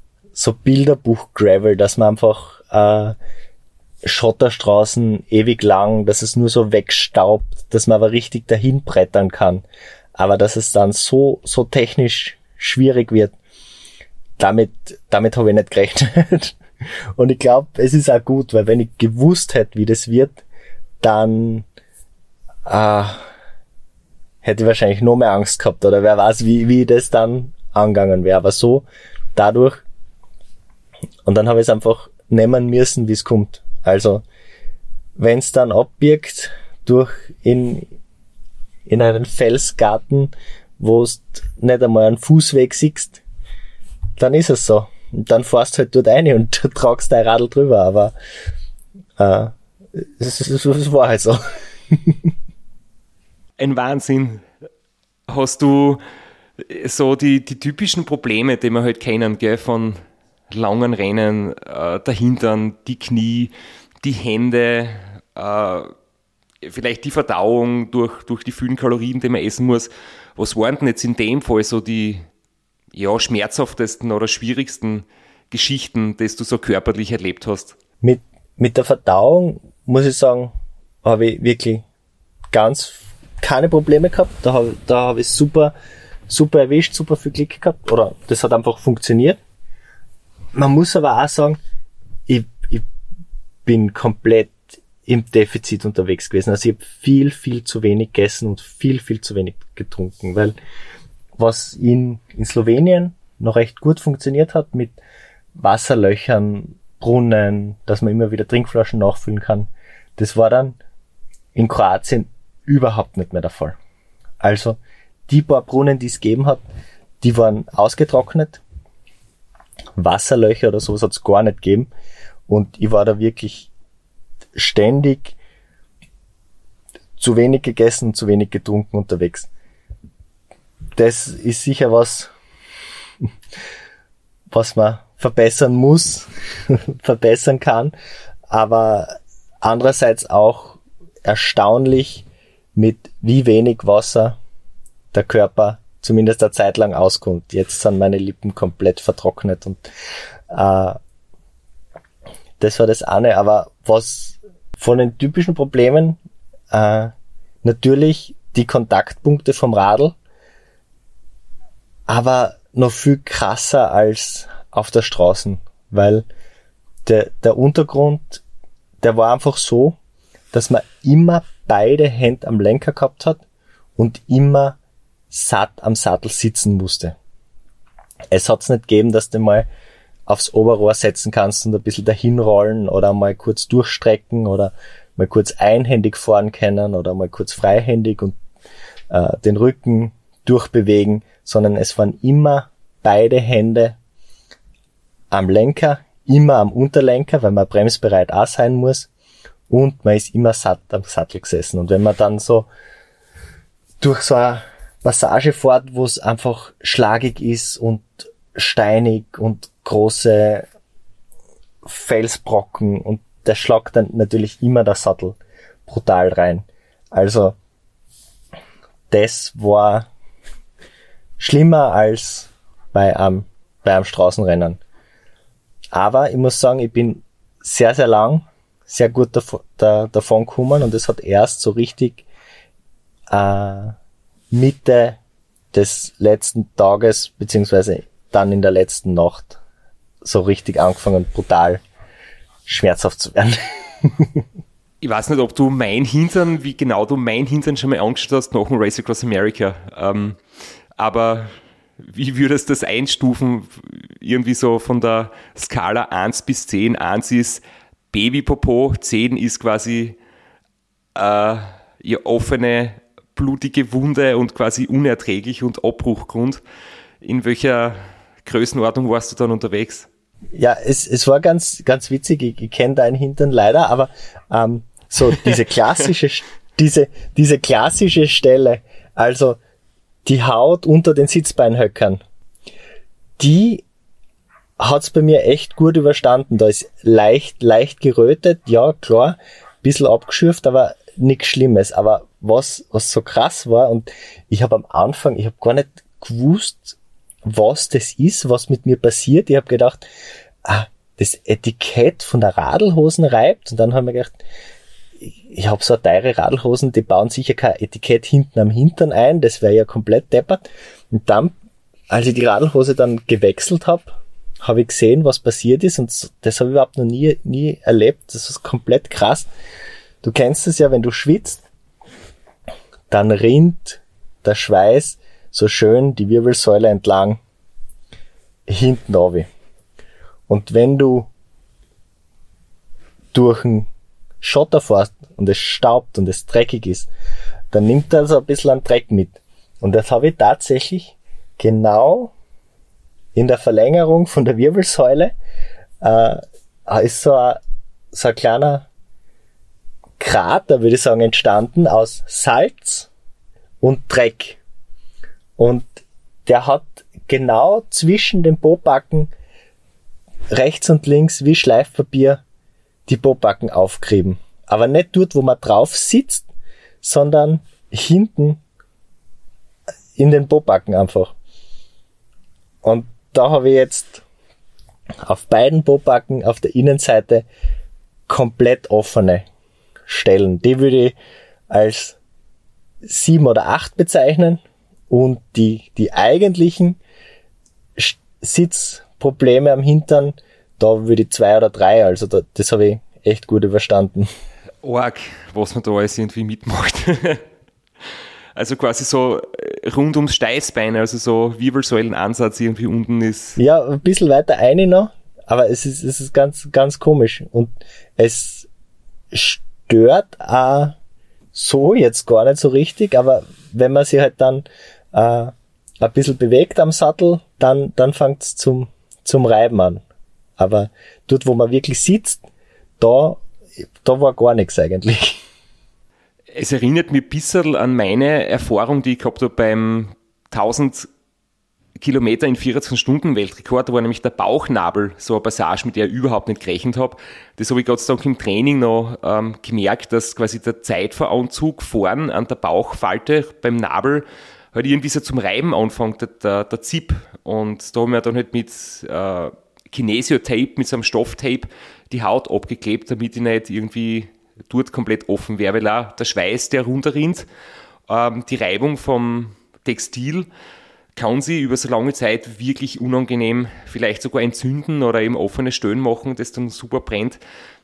Bilderbuch-Gravel, dass man einfach Schotterstraßen ewig lang, dass es nur so wegstaubt, dass man aber richtig dahin brettern kann. Aber dass es dann so technisch schwierig wird, damit habe ich nicht gerechnet. Und ich glaube, es ist auch gut, weil wenn ich gewusst hätte, wie das wird, dann hätte ich wahrscheinlich noch mehr Angst gehabt oder wer weiß, wie das dann angegangen wäre. Aber so, dadurch, und dann habe ich es einfach nehmen müssen, wie es kommt. Also, wenn es dann abbiegt in einen Felsgarten, wo du nicht einmal einen Fußweg siehst, dann ist es so. Und dann fährst du halt dort rein und tragst dein Radl drüber, aber es war halt so. Ein Wahnsinn. Hast du so die typischen Probleme, die wir halt kennen, gell, von langen Rennen, der Hintern, die Knie, die Hände, vielleicht die Verdauung durch die vielen Kalorien, die man essen muss. Was waren denn jetzt in dem Fall so die schmerzhaftesten oder schwierigsten Geschichten, die du so körperlich erlebt hast? Mit der Verdauung, muss ich sagen, habe ich wirklich ganz keine Probleme gehabt. Da habe ich super erwischt, super viel Glück gehabt. Oder das hat einfach funktioniert. Man muss aber auch sagen, ich bin komplett im Defizit unterwegs gewesen. Also ich habe viel, viel zu wenig gegessen und viel, viel zu wenig getrunken, weil was in Slowenien noch recht gut funktioniert hat mit Wasserlöchern, Brunnen, dass man immer wieder Trinkflaschen nachfüllen kann, das war dann in Kroatien überhaupt nicht mehr der Fall. Also die paar Brunnen, die es gegeben hat, die waren ausgetrocknet. Wasserlöcher oder sowas hat es gar nicht gegeben. Und ich war da wirklich ständig zu wenig gegessen und zu wenig getrunken unterwegs. Das ist sicher was man verbessern muss, verbessern kann, aber andererseits auch erstaunlich, mit wie wenig Wasser der Körper zumindest eine Zeit lang auskommt. Jetzt sind meine Lippen komplett vertrocknet und das war das eine. Aber was von den typischen Problemen, natürlich die Kontaktpunkte vom Radl, aber noch viel krasser als auf der Straße, weil der Untergrund, der war einfach so, dass man immer beide Hände am Lenker gehabt hat und immer satt am Sattel sitzen musste. Es hat's nicht gegeben, dass du mal aufs Oberrohr setzen kannst und ein bisschen dahin rollen oder mal kurz durchstrecken oder mal kurz einhändig fahren können oder mal kurz freihändig und den Rücken durchbewegen, sondern es waren immer beide Hände am Lenker, immer am Unterlenker, weil man bremsbereit auch sein muss und man ist immer satt am Sattel gesessen. Und wenn man dann so durch so eine Passage fährt, wo es einfach schlagig ist und steinig und große Felsbrocken und der schlagt dann natürlich immer der Sattel brutal rein. Also das war schlimmer als bei einem Straßenrennen. Aber ich muss sagen, ich bin sehr, sehr lang, sehr gut davon gekommen und es hat erst so richtig Mitte des letzten Tages, beziehungsweise dann in der letzten Nacht, so richtig angefangen, brutal schmerzhaft zu werden. Ich weiß nicht, ob du wie genau du mein Hintern schon mal angeschaut hast nach dem Race Across America. Aber wie würdest du das einstufen? Irgendwie so von der Skala 1 bis 10. 1 ist Babypopo, 10 ist quasi ihr offene, blutige Wunde und quasi unerträglich und Abbruchgrund. In welcher Größenordnung warst du dann unterwegs? Ja, es war ganz, ganz witzig. Ich kenne deinen Hintern leider, aber so diese klassische Stelle, also die Haut unter den Sitzbeinhöckern, die hat's bei mir echt gut überstanden. Da ist leicht gerötet, ja klar, bisschen abgeschürft, aber nichts Schlimmes. Aber was so krass war, und ich habe am Anfang, ich habe gar nicht gewusst, was das ist, was mit mir passiert. Ich habe gedacht, das Etikett von der Radlhosen reibt, und dann habe ich mir gedacht, ich habe so teure Radlhosen, die bauen sicher kein Etikett hinten am Hintern ein, das wäre ja komplett deppert. Und dann, als ich die Radlhose dann gewechselt habe ich gesehen, was passiert ist, und das habe ich überhaupt noch nie erlebt. Das ist komplett krass. Du kennst es ja, wenn du schwitzt, dann rinnt der Schweiß so schön die Wirbelsäule entlang hinten runter. Und wenn du durch einen Schotter fährst und es staubt und es dreckig ist, dann nimmt er so ein bisschen an Dreck mit. Und das habe ich tatsächlich genau in der Verlängerung von der Wirbelsäule, ist so ein kleiner Krater, würde ich sagen, entstanden aus Salz und Dreck. Und der hat genau zwischen den Pobacken rechts und links wie Schleifpapier die Pobacken aufgerieben. Aber nicht dort, wo man drauf sitzt, sondern hinten in den Pobacken einfach. Und da habe ich jetzt auf beiden Pobacken auf der Innenseite komplett offene Stellen. Die würde ich als 7 oder 8 bezeichnen. Und die eigentlichen Sitzprobleme am Hintern, da würde ich 2 oder 3, also das habe ich echt gut überstanden. arg, was man da alles irgendwie mitmacht. Also quasi so rund ums Steißbein, also so Wirbelsäulenansatz irgendwie unten ist. Ja, ein bisschen weiter eine noch, aber es ist ganz, ganz komisch. Und es stört auch so jetzt gar nicht so richtig, aber wenn man sich halt dann ein bisschen bewegt am Sattel, dann fängt es zum Reiben an. Aber dort, wo man wirklich sitzt, da war gar nichts eigentlich. Es erinnert mich ein bisschen an meine Erfahrung, die ich gehabt habe beim 1000 Kilometer in 14 Stunden Weltrekord. Da war nämlich der Bauchnabel so eine Passage, mit der ich überhaupt nicht gerechnet habe. Das habe ich Gott sei Dank im Training noch gemerkt, dass quasi der Zeitveranzug vorn an der Bauchfalte beim Nabel halt irgendwie so zum Reiben anfängt, der Zip. Und da haben wir dann halt mit Kinesiotape, mit so einem Stofftape die Haut abgeklebt, damit ich nicht irgendwie dort komplett offen wäre, weil auch der Schweiß, der runterrinnt, die Reibung vom Textil kann sie über so lange Zeit wirklich unangenehm vielleicht sogar entzünden oder eben offene Stellen machen, das dann super brennt.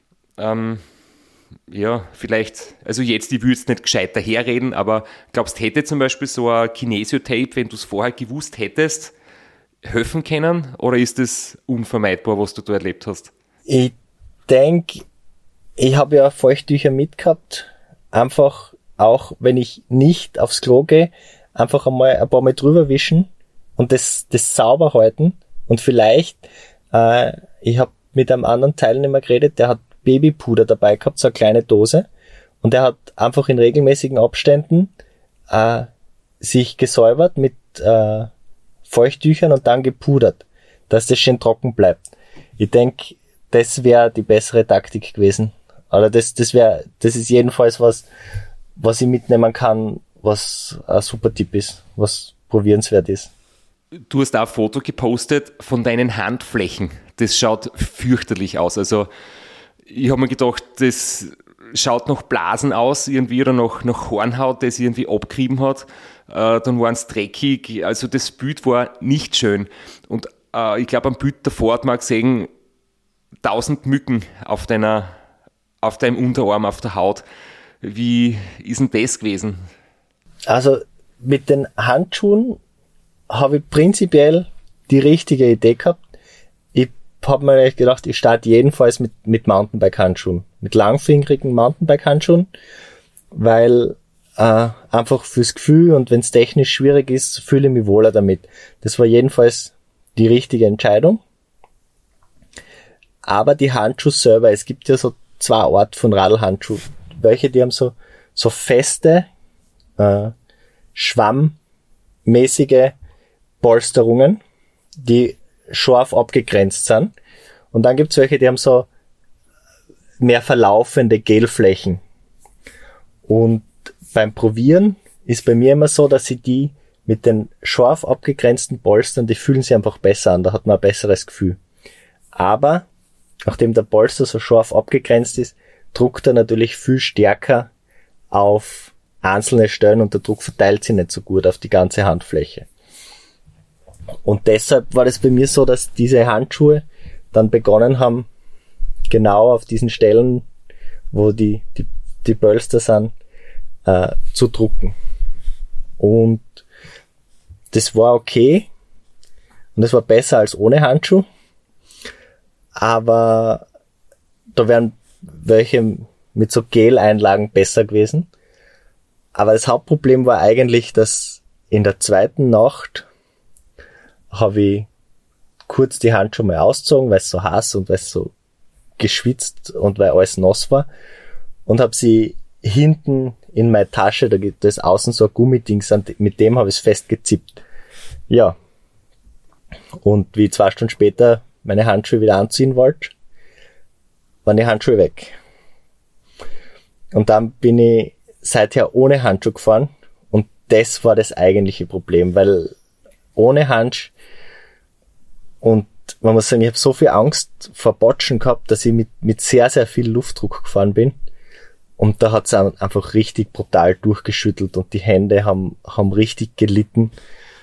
Ja, vielleicht, also jetzt, ich würde es nicht gescheit daherreden, aber glaubst, hätte zum Beispiel so ein Kinesiotape, wenn du es vorher gewusst hättest, helfen können? Oder ist das unvermeidbar, was du da erlebt hast? Ich denke, ich habe ja Feuchttücher mitgehabt, einfach auch, wenn ich nicht aufs Klo gehe, einfach einmal ein paar Mal drüber wischen und das sauber halten. Und vielleicht, ich habe mit einem anderen Teilnehmer geredet, der hat Babypuder dabei gehabt, so eine kleine Dose, und der hat einfach in regelmäßigen Abständen sich gesäubert mit Feuchttüchern und dann gepudert, dass das schön trocken bleibt. Ich denke, das wäre die bessere Taktik gewesen. Oder das ist jedenfalls was ich mitnehmen kann, was ein super Tipp ist, was probierenswert ist. Du hast auch ein Foto gepostet von deinen Handflächen. Das schaut fürchterlich aus. Also ich habe mir gedacht, das schaut nach Blasen aus irgendwie oder nach Hornhaut, das irgendwie abgerieben hat. Dann waren es dreckig. Also das Bild war nicht schön. Und ich glaube, am Bild davor hat man gesehen, 1000 Mücken auf deinem Unterarm, auf der Haut. Wie ist denn das gewesen? Also mit den Handschuhen habe ich prinzipiell die richtige Idee gehabt. Ich habe mir gedacht, ich starte jedenfalls mit Mountainbike-Handschuhen, mit langfingerigen Mountainbike-Handschuhen, weil einfach fürs Gefühl und wenn es technisch schwierig ist, fühle ich mich wohler damit. Das war jedenfalls die richtige Entscheidung. Aber die Handschuhe selber, es gibt ja so zwei Arten von Radlhandschuhen. Welche, die haben so feste, schwammmäßige Polsterungen, die scharf abgegrenzt sind. Und dann gibt's welche, die haben so mehr verlaufende Gelflächen. Und beim Probieren ist bei mir immer so, dass sie die mit den scharf abgegrenzten Polstern, die fühlen sich einfach besser an, da hat man ein besseres Gefühl. Aber nachdem der Polster so scharf abgegrenzt ist, druckt er natürlich viel stärker auf einzelne Stellen und der Druck verteilt sich nicht so gut auf die ganze Handfläche. Und deshalb war das bei mir so, dass diese Handschuhe dann begonnen haben, genau auf diesen Stellen, wo die Polster sind, zu drucken. Und das war okay und das war besser als ohne Handschuh, aber da wären welche mit so Gel-Einlagen besser gewesen. Aber das Hauptproblem war eigentlich, dass in der zweiten Nacht habe ich kurz die Handschuhe mal ausgezogen, weil es so heiß und weil es so geschwitzt und weil alles nass war, und habe sie hinten in meine Tasche, da gibt es außen so ein Gummidings, mit dem habe ich es festgezippt. Ja. Und wie 2 Stunden später meine Handschuhe wieder anziehen wollte, waren die Handschuhe weg. Und dann bin ich seither ohne Handschuh gefahren und das war das eigentliche Problem, weil ohne Handschuh, und man muss sagen, ich habe so viel Angst vor Botschen gehabt, dass ich mit sehr, sehr viel Luftdruck gefahren bin. Und da hat es einfach richtig brutal durchgeschüttelt und die Hände haben richtig gelitten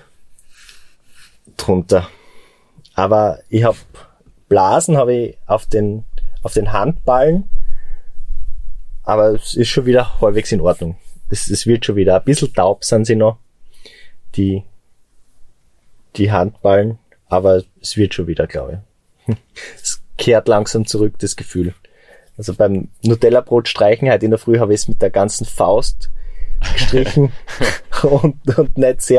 drunter. Aber ich habe Blasen auf den Handballen aber es ist schon wieder halbwegs in Ordnung. Es wird schon wieder. Ein bisschen taub sind sie noch, die Handballen, aber es wird schon wieder, glaube ich. Es kehrt langsam zurück, das Gefühl. Also beim Nutella-Brot streichen, heute in der Früh habe ich es mit der ganzen Faust gestrichen und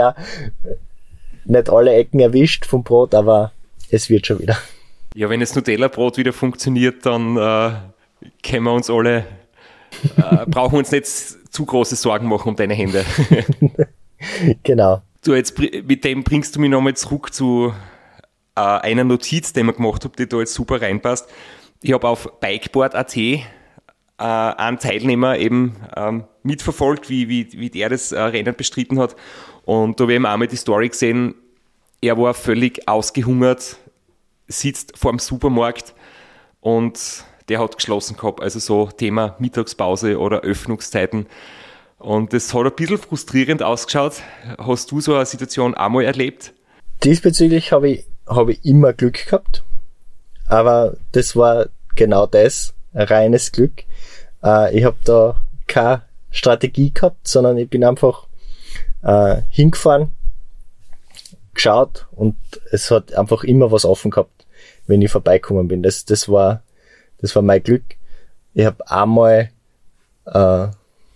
nicht alle Ecken erwischt vom Brot, aber es wird schon wieder. Ja, wenn das Nutella-Brot wieder funktioniert, dann können wir uns alle, brauchen wir uns nicht zu große Sorgen machen um deine Hände. Genau. Du, jetzt mit dem bringst du mich nochmal zurück zu einer Notiz, die ich mir gemacht habe, die da jetzt super reinpasst. Ich habe auf Bikeboard.at einen Teilnehmer eben mitverfolgt, wie der das Rennen bestritten hat. Und da habe ich eben einmal die Story gesehen, er war völlig ausgehungert, sitzt vor dem Supermarkt und der hat geschlossen gehabt, also so Thema Mittagspause oder Öffnungszeiten. Und das hat ein bisschen frustrierend ausgeschaut. Hast du so eine Situation einmal erlebt? Diesbezüglich habe ich immer Glück gehabt, aber das war genau das, ein reines Glück. Ich habe da keine Strategie gehabt, sondern ich bin einfach hingefahren, geschaut und es hat einfach immer was offen gehabt, wenn ich vorbeigekommen bin. Das war mein Glück. Ich habe einmal ein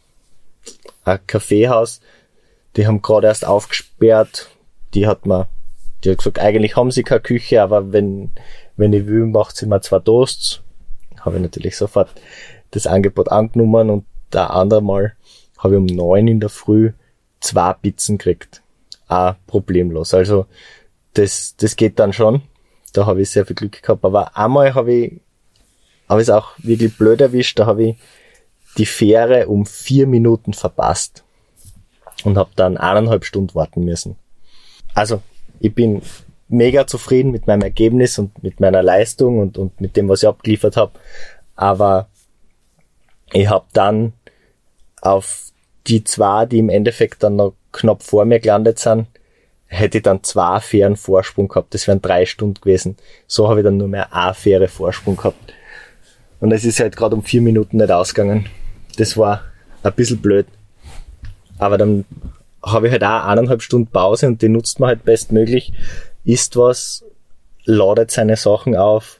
Kaffeehaus, die haben gerade erst aufgesperrt, die hat gesagt, eigentlich haben sie keine Küche, aber wenn ich will, macht sie mir 2 Toasts. Habe ich natürlich sofort das Angebot angenommen und da andere Mal habe ich um 9 in der Früh 2 Pizzen gekriegt. Auch problemlos. Also das geht dann schon. Da habe ich sehr viel Glück gehabt. Aber einmal habe ich es auch wirklich blöd erwischt. Da habe ich die Fähre um 4 Minuten verpasst und habe dann 1,5 Stunden warten müssen. Also ich bin mega zufrieden mit meinem Ergebnis und mit meiner Leistung und mit dem, was ich abgeliefert habe. Aber ich habe dann auf die 2, die im Endeffekt dann noch knapp vor mir gelandet sind, hätte ich dann 2 Fähren Vorsprung gehabt. Das wären 3 Stunden gewesen. So habe ich dann nur mehr 1 Fähre Vorsprung gehabt. Und es ist halt gerade um 4 Minuten nicht ausgegangen. Das war ein bisschen blöd. Aber dann habe ich halt auch 1,5 Stunden Pause und die nutzt man halt bestmöglich. Isst was, ladet seine Sachen auf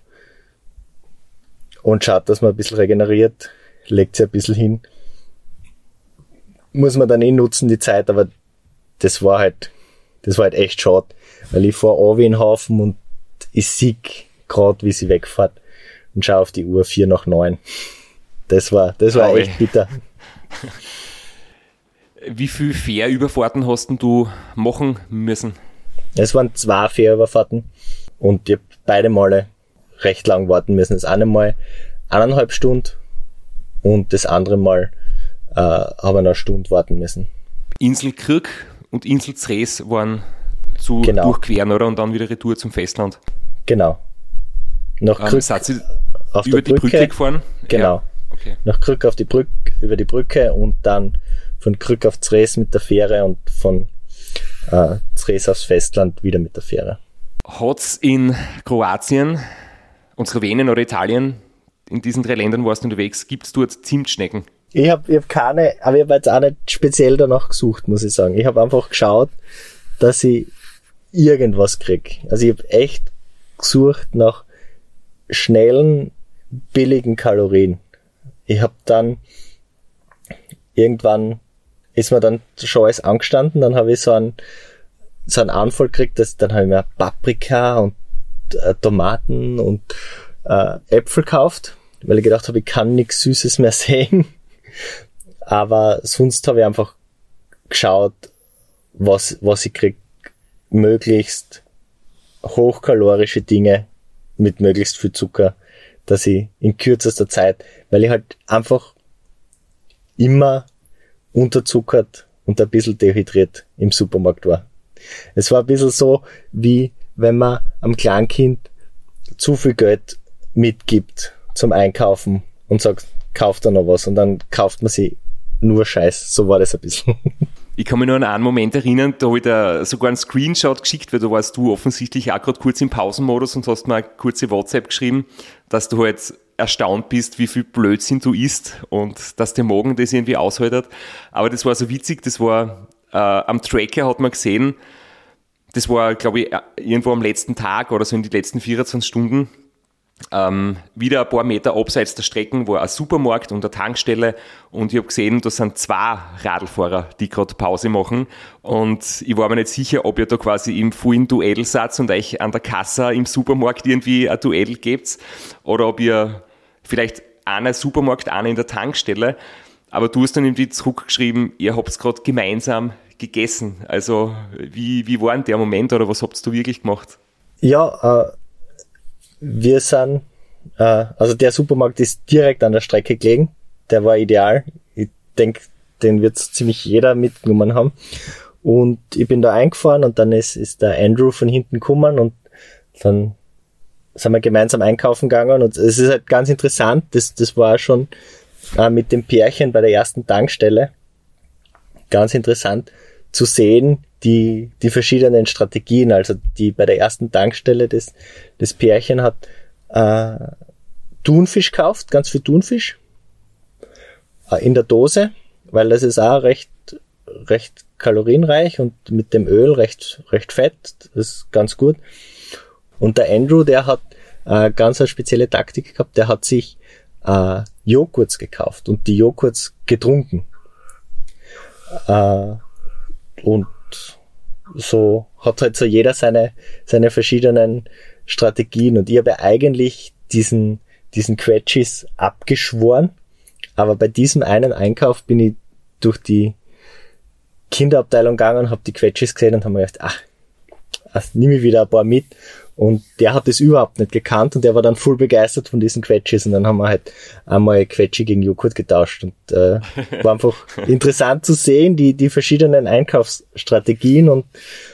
und schaut, dass man ein bisschen regeneriert, legt sich ein bisschen hin. Muss man dann nutzen, die Zeit, aber das war halt echt schade, weil ich fahre runter in den Hafen und ich sehe gerade, wie sie wegfährt und schaue auf die Uhr 8:45. Das war echt bitter. Wie viel Fährüberfahrten hast du machen müssen? Es waren 2 Fährüberfahrten und ich habe beide Male recht lang warten müssen. Das eine Mal 1,5 Stunden und das andere Mal habe ich noch eine Stunde warten müssen. Insel Krk und Insel Zres waren zu durchqueren, oder? Und dann wieder retour zum Festland. Genau. Nach Krk seid ihr auf über die Brücke gefahren? Genau. Ja. Okay. Nach Krk auf die Brücke, über die Brücke und dann von Krk auf Zres mit der Fähre und von Zres aufs Festland wieder mit der Fähre. Hat's in Kroatien und Slowenien oder Italien, in diesen 3 Ländern warst du unterwegs, gibt's dort Zimtschnecken? Ich hab keine, aber ich habe jetzt auch nicht speziell danach gesucht, muss ich sagen. Ich habe einfach geschaut, dass ich irgendwas krieg. Also ich habe echt gesucht nach schnellen, billigen Kalorien. Ich habe dann irgendwann ist mir dann schon alles angestanden, dann habe ich so einen Anfall gekriegt, dann habe ich mir Paprika und Tomaten und Äpfel gekauft, weil ich gedacht habe, ich kann nichts Süßes mehr sehen. Aber sonst habe ich einfach geschaut, was ich krieg, möglichst hochkalorische Dinge mit möglichst viel Zucker, dass ich in kürzester Zeit, weil ich halt einfach immer unterzuckert und ein bisschen dehydriert im Supermarkt war. Es war ein bisschen so, wie wenn man am Kleinkind zu viel Geld mitgibt zum Einkaufen und sagt, kauft da noch was, und dann kauft man sich nur Scheiß. So war das ein bisschen. Ich kann mich nur an einen Moment erinnern, da habe ich da sogar einen Screenshot geschickt, weil da warst du offensichtlich auch gerade kurz im Pausenmodus und hast mir eine kurze WhatsApp geschrieben, dass du halt erstaunt bist, wie viel Blödsinn du isst und dass der Magen das irgendwie aushält. Aber das war so witzig, das war am Tracker hat man gesehen, das war, glaube ich, irgendwo am letzten Tag oder so in die letzten 24 Stunden, wieder ein paar Meter abseits der Strecken war ein Supermarkt und eine Tankstelle und ich habe gesehen, da sind 2 Radlfahrer, die gerade Pause machen und ich war mir nicht sicher, ob ihr da quasi im vollen Duell seid und euch an der Kasse im Supermarkt irgendwie ein Duell gebt oder ob ihr vielleicht einer Supermarkt, einer in der Tankstelle, aber du hast dann irgendwie zurückgeschrieben, ihr habt gerade gemeinsam gegessen. Also wie war denn der Moment oder was habt ihr wirklich gemacht? Ja, wir sind, also der Supermarkt ist direkt an der Strecke gelegen. Der war ideal. Ich denke, den wird ziemlich jeder mitgenommen haben. Und ich bin da eingefahren und dann ist der Andrew von hinten gekommen und dann sind wir gemeinsam einkaufen gegangen und es ist halt ganz interessant, das war schon mit dem Pärchen bei der ersten Tankstelle ganz interessant zu sehen, die verschiedenen Strategien. Also die bei der ersten Tankstelle das Pärchen hat Thunfisch gekauft, ganz viel Thunfisch in der Dose, weil das ist auch recht kalorienreich und mit dem Öl recht fett, das ist ganz gut. Und der Andrew, der hat ganz eine spezielle Taktik gehabt, der hat sich Joghurts gekauft und die Joghurts getrunken. Und so hat halt so jeder seine verschiedenen Strategien und ich habe eigentlich diesen Quetschis abgeschworen, aber bei diesem einen Einkauf bin ich durch die Kinderabteilung gegangen, habe die Quetschis gesehen und habe mir gedacht, nehme ich wieder ein paar mit. Und der hat das überhaupt nicht gekannt und der war dann voll begeistert von diesen Quetschis und dann haben wir halt einmal Quetschi gegen Joghurt getauscht und war einfach interessant zu sehen, die verschiedenen Einkaufsstrategien und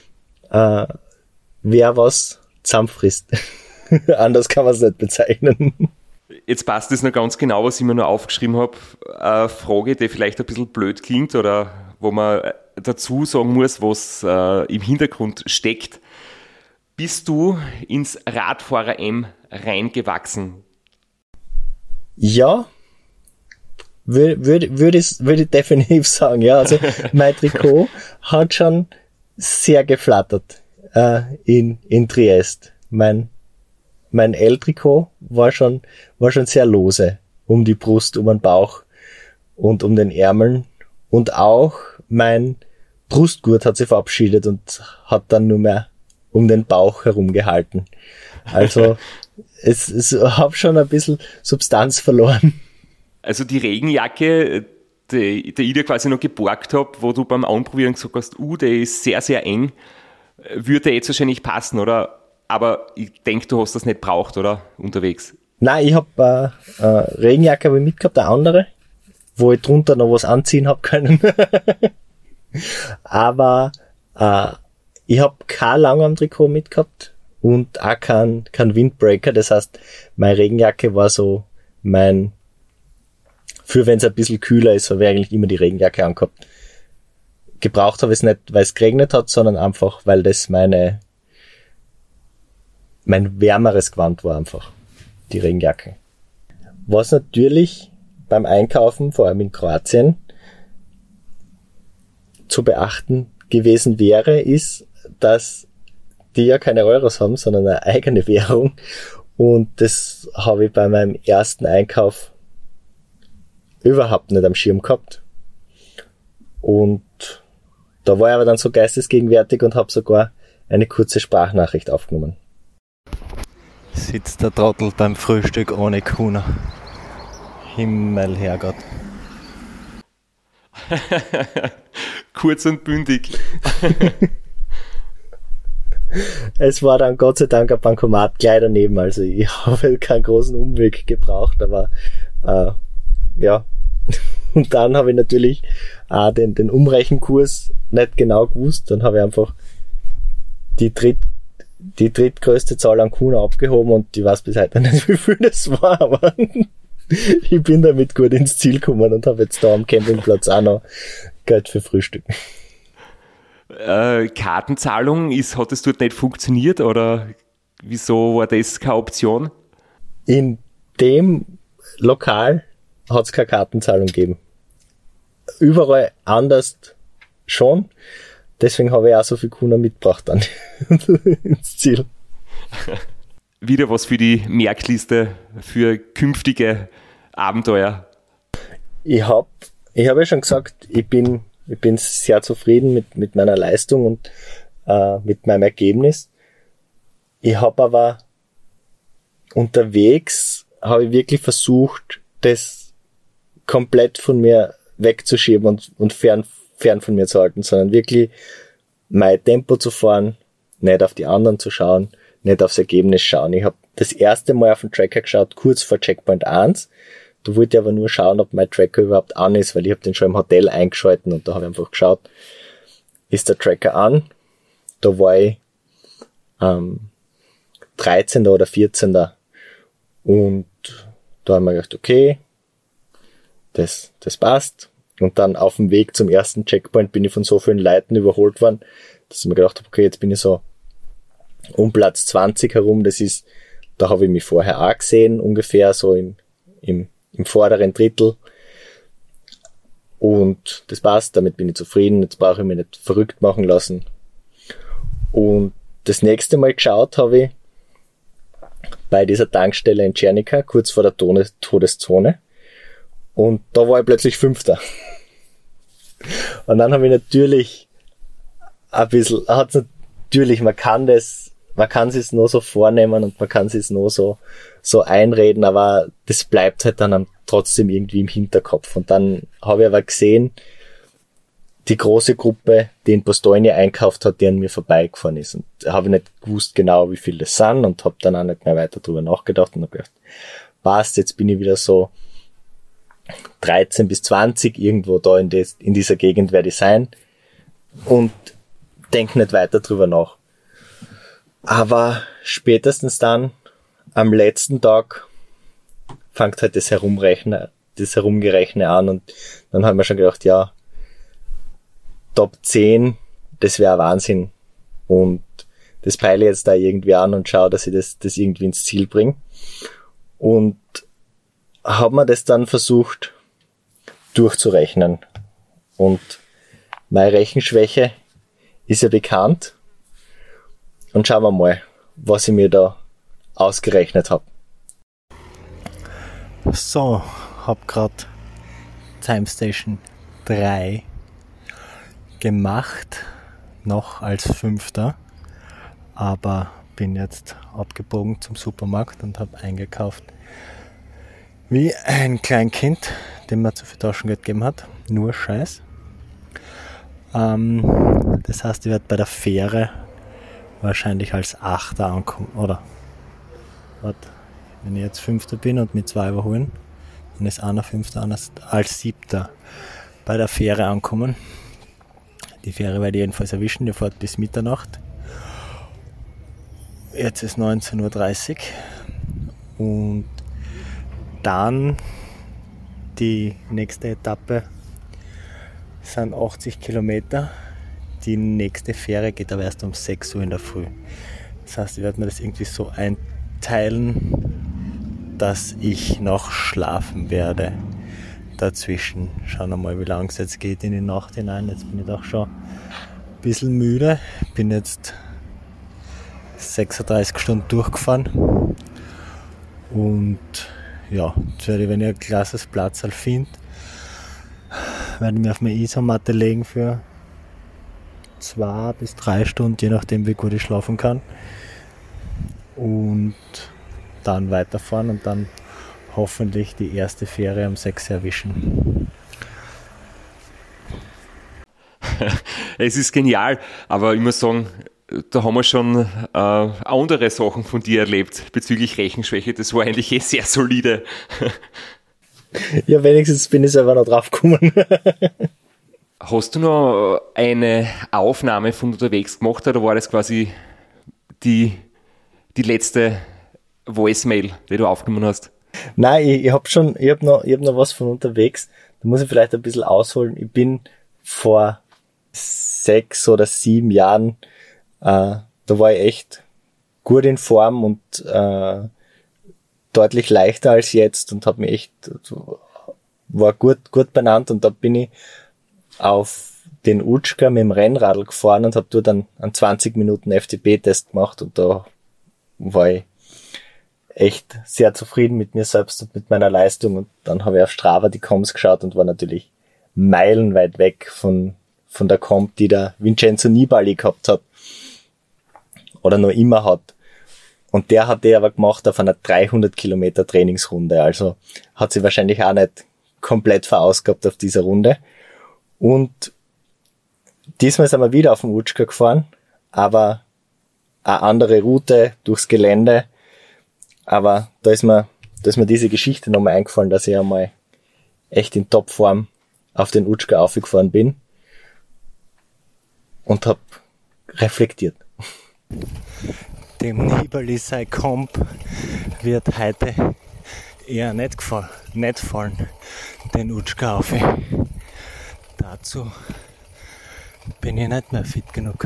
wer was zusammenfrisst. Anders kann man es nicht bezeichnen. Jetzt passt das noch ganz genau, was ich mir noch aufgeschrieben habe. Eine Frage, die vielleicht ein bisschen blöd klingt oder wo man dazu sagen muss, was im Hintergrund steckt. Bist du ins Radfahrer-M reingewachsen? Ja, würde ich definitiv sagen. Ja, also mein Trikot hat schon sehr geflattert in Triest. Mein L-Trikot war schon sehr lose um die Brust, um den Bauch und um den Ärmeln und auch mein Brustgurt hat sich verabschiedet und hat dann nur mehr um den Bauch herumgehalten. Also es hab schon ein bisschen Substanz verloren. Also die Regenjacke, die ich dir quasi noch geborgt habe, wo du beim Anprobieren gesagt hast, die ist sehr, sehr eng, würde jetzt wahrscheinlich passen, oder? Aber ich denke, du hast das nicht braucht, oder? Unterwegs. Nein, ich habe Regenjacke mitgehabt, eine andere, wo ich drunter noch was anziehen hab können. Aber ich habe kein Langarm-Trikot mitgehabt und auch kein Windbreaker. Das heißt, meine Regenjacke war so für wenn es ein bisschen kühler ist, habe ich eigentlich immer die Regenjacke angehabt. Gebraucht habe ich es nicht, weil es geregnet hat, sondern einfach, weil das mein wärmeres Gewand war einfach, die Regenjacke. Was natürlich beim Einkaufen, vor allem in Kroatien, zu beachten gewesen wäre, ist, dass die ja keine Euros haben, sondern eine eigene Währung. Und das habe ich bei meinem ersten Einkauf überhaupt nicht am Schirm gehabt. Und da war ich aber dann so geistesgegenwärtig und habe sogar eine kurze Sprachnachricht aufgenommen. Sitzt der Trottel beim Frühstück ohne Kuna. Himmel, Herrgott. Kurz und bündig. Es war dann Gott sei Dank ein Bankomat gleich daneben, also ich habe keinen großen Umweg gebraucht, aber ja. Und dann habe ich natürlich den Umrechenkurs nicht genau gewusst, dann habe ich einfach die drittgrößte Zahl an Kuna abgehoben und ich weiß bis heute nicht, wie viel das war, aber ich bin damit gut ins Ziel gekommen und habe jetzt da am Campingplatz auch noch Geld für Frühstück. Kartenzahlung, hat das dort nicht funktioniert oder wieso war das keine Option? In dem Lokal hat es keine Kartenzahlung gegeben. Überall anders schon. Deswegen habe ich auch so viel Kuna mitgebracht dann ins Ziel. Wieder was für die Merkliste für künftige Abenteuer. Ich hab ja schon gesagt, ich bin sehr zufrieden mit meiner Leistung und mit meinem Ergebnis. Ich habe aber unterwegs habe ich wirklich versucht, das komplett von mir wegzuschieben und fern von mir zu halten, sondern wirklich mein Tempo zu fahren, nicht auf die anderen zu schauen, nicht aufs Ergebnis schauen. Ich habe das erste Mal auf den Tracker geschaut, kurz vor Checkpoint 1. Da wollte ich aber nur schauen, ob mein Tracker überhaupt an ist, weil ich habe den schon im Hotel eingeschalten und da habe ich einfach geschaut, ist der Tracker an? Da war ich 13. oder 14. Und da haben wir gedacht, okay, das passt. Und dann auf dem Weg zum ersten Checkpoint bin ich von so vielen Leuten überholt worden, dass ich mir gedacht habe, okay, jetzt bin ich so um Platz 20 herum. Da habe ich mich vorher auch gesehen, ungefähr so im vorderen Drittel. Und das passt, damit bin ich zufrieden. Jetzt brauche ich mich nicht verrückt machen lassen. Und das nächste Mal geschaut habe ich bei dieser Tankstelle in Czernica, kurz vor der Todeszone. Und da war ich plötzlich 5. Und dann habe ich natürlich ein bisschen, man kann es nur so vornehmen und man kann es nur so einreden, aber das bleibt halt dann trotzdem irgendwie im Hinterkopf. Und dann habe ich aber gesehen, die große Gruppe, die in Bastogne einkauft hat, die an mir vorbeigefahren ist. Und habe ich nicht gewusst genau, wie viel das sind und habe dann auch nicht mehr weiter drüber nachgedacht und habe gedacht, passt, jetzt bin ich wieder so 13 bis 20, irgendwo da in dieser Gegend werde ich sein und denke nicht weiter drüber nach. Aber spätestens dann, am letzten Tag, fängt halt das Herumgerechne an und dann haben wir schon gedacht, ja, Top 10, das wäre Wahnsinn und das peile ich jetzt da irgendwie an und schaue, dass ich das irgendwie ins Ziel bringe. Und habe mir das dann versucht durchzurechnen. Und meine Rechenschwäche ist ja bekannt. Und schauen wir mal, was ich mir da ausgerechnet habe. So, habe gerade Time Station 3 gemacht, noch als 5. Aber bin jetzt abgebogen zum Supermarkt und habe eingekauft wie ein Kleinkind, dem man zu viel Taschengeld gegeben hat. Nur Scheiß. Das heißt, ich werde bei der Fähre wahrscheinlich als 8. ankommen. Oder, wenn ich jetzt 5. bin und mit 2 überholen, dann ist einer 5., einer als 7. bei der Fähre ankommen. Die Fähre werde ich jedenfalls erwischen, die fährt bis Mitternacht. Jetzt ist 19.30 Uhr und dann die nächste Etappe sind 80 Kilometer. Die nächste Fähre geht aber erst um 6 Uhr in der Früh. Das heißt, ich werde mir das irgendwie so einteilen, dass ich noch schlafen werde dazwischen. Schauen wir mal, wie lange es jetzt geht in die Nacht hinein. Jetzt bin ich doch schon ein bisschen müde. Bin jetzt 36 Stunden durchgefahren. Und ja, jetzt werde ich, wenn ich ein klares Platz finde, werde ich mich auf meine Isomatte legen für 2 bis 3 Stunden, je nachdem wie gut ich schlafen kann. Und dann weiterfahren und dann hoffentlich die erste Fähre um 6 erwischen. Es ist genial, aber ich muss sagen, da haben wir schon andere Sachen von dir erlebt bezüglich Rechenschwäche. Das war eigentlich sehr solide. Ja, wenigstens bin ich selber noch drauf gekommen. Hast du noch eine Aufnahme von unterwegs gemacht oder war das quasi die letzte Voicemail, die du aufgenommen hast? Nein, ich hab noch was von unterwegs. Da muss ich vielleicht ein bisschen ausholen. Ich bin vor 6 oder 7 Jahren, da war ich echt gut in Form und deutlich leichter als jetzt und habe mich echt, war gut benannt, und da bin ich auf den Utschka mit dem Rennradl gefahren und habe dort einen 20 Minuten FTP-Test gemacht, und da war ich echt sehr zufrieden mit mir selbst und mit meiner Leistung. Und dann habe ich auf Strava die Comps geschaut und war natürlich meilenweit weg von der Comp, die der Vincenzo Nibali gehabt hat oder noch immer hat. Und der hat die aber gemacht auf einer 300 Kilometer Trainingsrunde, also hat sie wahrscheinlich auch nicht komplett verausgabt auf dieser Runde. Und diesmal sind wir wieder auf dem Utschka gefahren, aber eine andere Route durchs Gelände. Aber da ist mir diese Geschichte nochmal eingefallen, dass ich einmal echt in Topform auf den Utschka aufgefahren bin und hab reflektiert. Dem Nibali sein Comp wird heute eher nicht fallen, den Utschka auf. Dazu bin ich nicht mehr fit genug.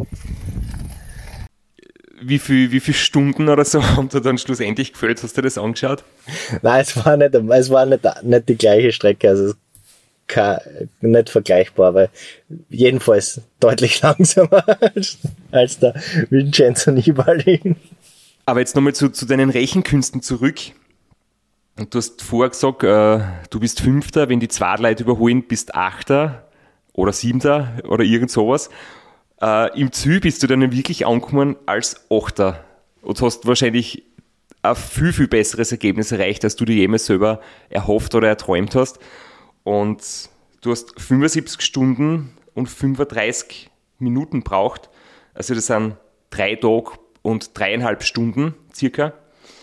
Wie viel Stunden oder so haben dir dann schlussendlich gefällt? Hast du das angeschaut? Nein, es war nicht die gleiche Strecke, also nicht vergleichbar, weil jedenfalls deutlich langsamer als der Vincenzo Nibali. Aber jetzt nochmal zu deinen Rechenkünsten zurück. Und du hast vorher gesagt, du bist Fünfter, wenn die zwei Leute überholen, bist Achter oder Siebter oder irgend sowas. Im Ziel bist du dann wirklich angekommen als Achter und hast wahrscheinlich ein viel, viel besseres Ergebnis erreicht, als du dir jemals selber erhofft oder erträumt hast. Und du hast 75 Stunden und 35 Minuten braucht. Also das sind 3 Tage und 3,5 Stunden circa.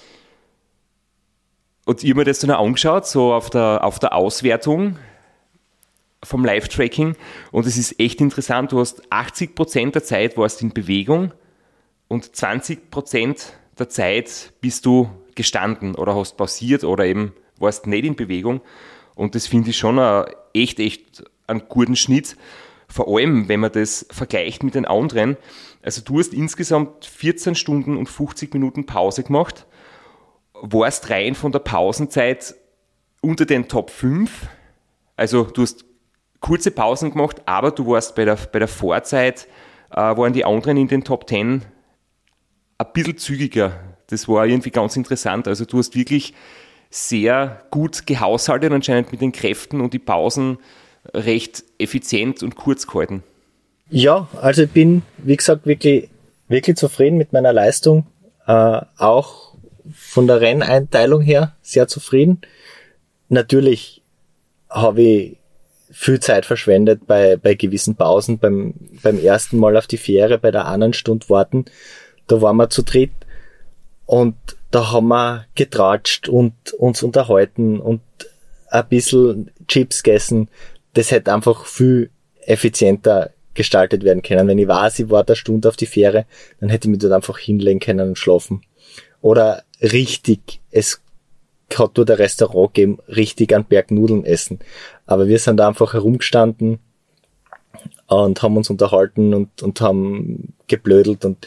Und ich habe mir das dann auch angeschaut, so auf der Auswertung vom Live-Tracking, und es ist echt interessant, du hast 80% der Zeit warst in Bewegung und 20% der Zeit bist du gestanden oder hast pausiert oder eben warst nicht in Bewegung, und das finde ich schon echt einen guten Schnitt, vor allem wenn man das vergleicht mit den anderen. Also du hast insgesamt 14 Stunden und 50 Minuten Pause gemacht, warst rein von der Pausenzeit unter den Top 5, also du hast kurze Pausen gemacht, aber du warst bei der Vorzeit, waren die anderen in den Top 10 ein bisschen zügiger. Das war irgendwie ganz interessant. Also du hast wirklich sehr gut gehaushaltet anscheinend mit den Kräften und die Pausen recht effizient und kurz gehalten. Ja, also ich bin, wie gesagt, wirklich zufrieden mit meiner Leistung. Auch von der Renneinteilung her sehr zufrieden. Natürlich habe ich viel Zeit verschwendet bei gewissen Pausen. Beim ersten Mal auf die Fähre, bei der anderen Stunde warten, da waren wir zu dritt und da haben wir getratscht und uns unterhalten und ein bisschen Chips gegessen. Das hätte einfach viel effizienter gestaltet werden können. Wenn ich weiß, ich warte eine Stunde auf die Fähre, dann hätte ich mich dort einfach hinlegen können und schlafen. Oder richtig, es hat dort ein Restaurant gegeben, richtig an Bergnudeln essen. Aber wir sind da einfach herumgestanden und haben uns unterhalten und haben geblödelt, und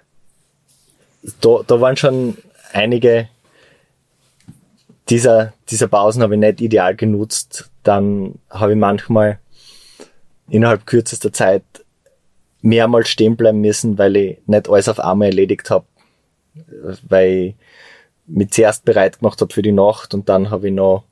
da waren schon einige dieser Pausen habe ich nicht ideal genutzt. Dann habe ich manchmal innerhalb kürzester Zeit mehrmals stehen bleiben müssen, weil ich nicht alles auf einmal erledigt habe, weil ich mich zuerst bereit gemacht habe für die Nacht, und dann habe ich noch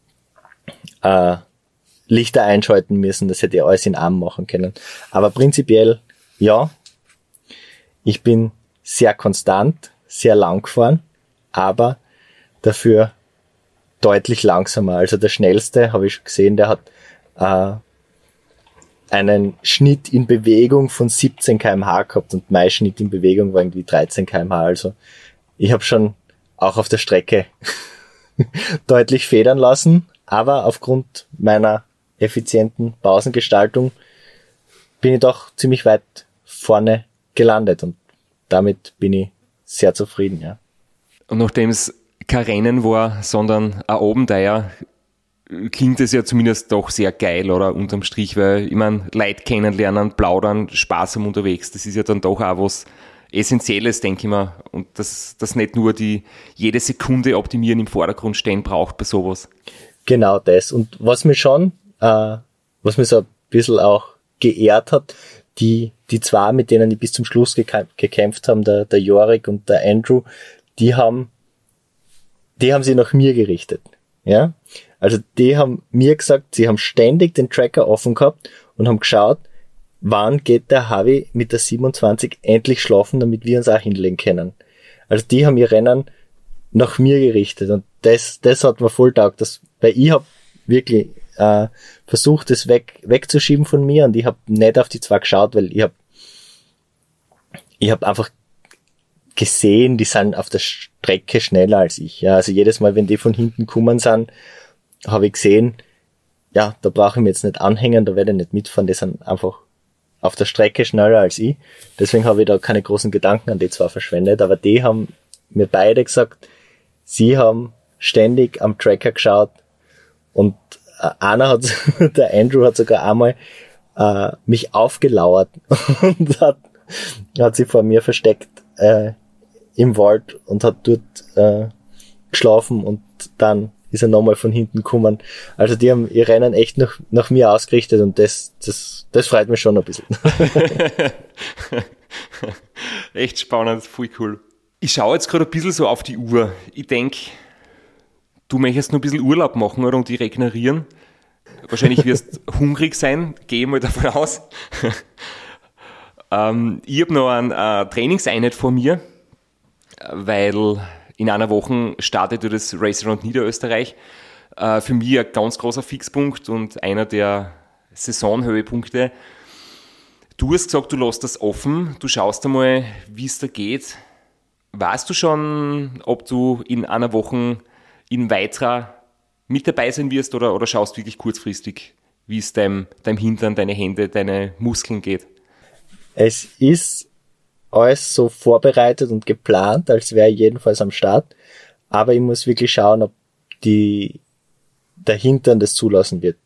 Lichter einschalten müssen. Das hätte ich alles in einem machen können. Aber prinzipiell, ja, ich bin sehr konstant, sehr lang gefahren, aber dafür deutlich langsamer. Also der schnellste, habe ich schon gesehen, der hat einen Schnitt in Bewegung von 17 km/h gehabt, und mein Schnitt in Bewegung war irgendwie 13 km/h. Also ich habe schon auch auf der Strecke deutlich federn lassen, aber aufgrund meiner effizienten Pausengestaltung bin ich doch ziemlich weit vorne gelandet, und damit bin ich sehr zufrieden, ja. Und nachdem es kein Rennen war, sondern ein Abenteuer, klingt es ja zumindest doch sehr geil, oder unterm Strich, weil ich meine, Leute kennenlernen, plaudern, Spaß haben unterwegs, das ist ja dann doch auch was Essentielles, denke ich mir. Und dass nicht nur jede Sekunde optimieren im Vordergrund stehen braucht bei sowas. Genau das. Und was mich so ein bisschen auch geehrt hat, die zwei, mit denen die bis zum Schluss gekämpft haben, der Jorik und der Andrew, die haben sie nach mir gerichtet. Ja? Also die haben mir gesagt, sie haben ständig den Tracker offen gehabt und haben geschaut, wann geht der Harvey mit der 27 endlich schlafen, damit wir uns auch hinlegen können. Also die haben ihr Rennen nach mir gerichtet und das hat mir voll taugt, weil ich habe wirklich versucht, das wegzuschieben von mir und ich habe nicht auf die zwei geschaut, weil ich hab einfach gesehen, die sind auf der Strecke schneller als ich. Ja, also jedes Mal, wenn die von hinten gekommen sind, habe ich gesehen, ja, da brauche ich mich jetzt nicht anhängen, da werde ich nicht mitfahren, die sind einfach auf der Strecke schneller als ich. Deswegen habe ich da keine großen Gedanken an die zwei verschwendet, aber die haben mir beide gesagt, sie haben ständig am Tracker geschaut und der Andrew hat sogar einmal mich aufgelauert und hat sich vor mir versteckt im Wald und hat dort geschlafen und dann ist er nochmal von hinten gekommen. Also die haben ihr Rennen echt nach mir ausgerichtet und das freut mich schon ein bisschen. Echt spannend, voll cool. Ich schaue jetzt gerade ein bisschen so auf die Uhr. Ich denke, du möchtest nur ein bisschen Urlaub machen, oder? Und die regenerieren. Wahrscheinlich wirst hungrig sein, gehe ich mal davon aus. Ich habe noch eine Trainingseinheit vor mir, weil in einer Woche startet das Race Around Niederösterreich. Für mich ein ganz großer Fixpunkt und einer der Saisonhöhepunkte. Du hast gesagt, du lässt das offen, du schaust einmal, wie es da geht. Weißt du schon, ob du in einer Woche in Weitra mit dabei sein wirst oder schaust wirklich kurzfristig, wie es deinem Hintern, deine Hände, deine Muskeln geht? Es ist alles so vorbereitet und geplant, als wäre ich jedenfalls am Start. Aber ich muss wirklich schauen, ob der Hintern das zulassen wird.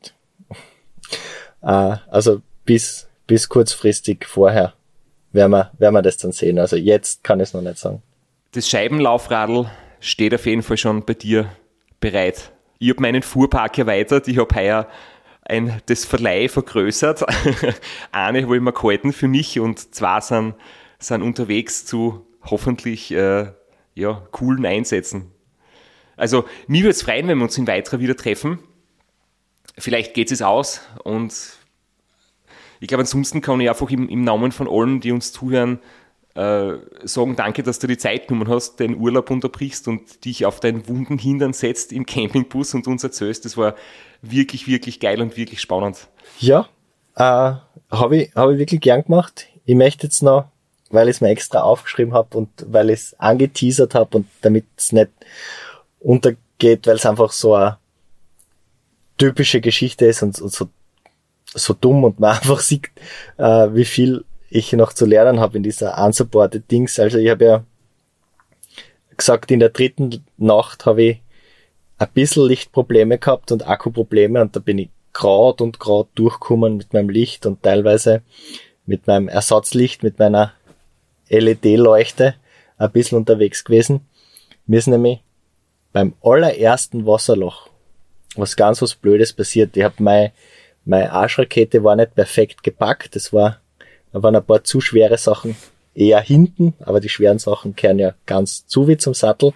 Also bis kurzfristig vorher werden wir das dann sehen. Also jetzt kann ich es noch nicht sagen. Das Scheibenlaufradl steht auf jeden Fall schon bei dir bereit. Ich habe meinen Fuhrpark erweitert. Ich habe heuer das Verleih vergrößert. Eine habe ich mir gehalten für mich und zwei sind unterwegs zu hoffentlich coolen Einsätzen. Also mich würde es freuen, wenn wir uns in Weitra wieder treffen. Vielleicht geht es aus und ich glaube, ansonsten kann ich einfach im Namen von allen, die uns zuhören, sagen, danke, dass du die Zeit genommen hast, den Urlaub unterbrichst und dich auf deinen wunden Hintern setzt im Campingbus und uns erzählst. Das war wirklich, wirklich geil und wirklich spannend. Ja, habe ich wirklich gern gemacht. Ich möchte jetzt noch, weil ich es mir extra aufgeschrieben habe und weil ich es angeteasert habe und damit es nicht untergeht, weil es einfach so eine typische Geschichte ist und so dumm und man einfach sieht, wie viel ich noch zu lernen habe in dieser unsupported Dings. Also ich habe ja gesagt, in der 3. Nacht habe ich ein bisschen Lichtprobleme gehabt und Akkuprobleme und da bin ich gerade durchgekommen mit meinem Licht und teilweise mit meinem Ersatzlicht, mit meiner LED-Leuchte ein bisschen unterwegs gewesen. Mir ist nämlich beim allerersten Wasserloch was Blödes passiert. Ich habe meine Arschrakete war nicht perfekt gepackt. Da waren ein paar zu schwere Sachen eher hinten, aber die schweren Sachen kehren ja ganz zu wie zum Sattel.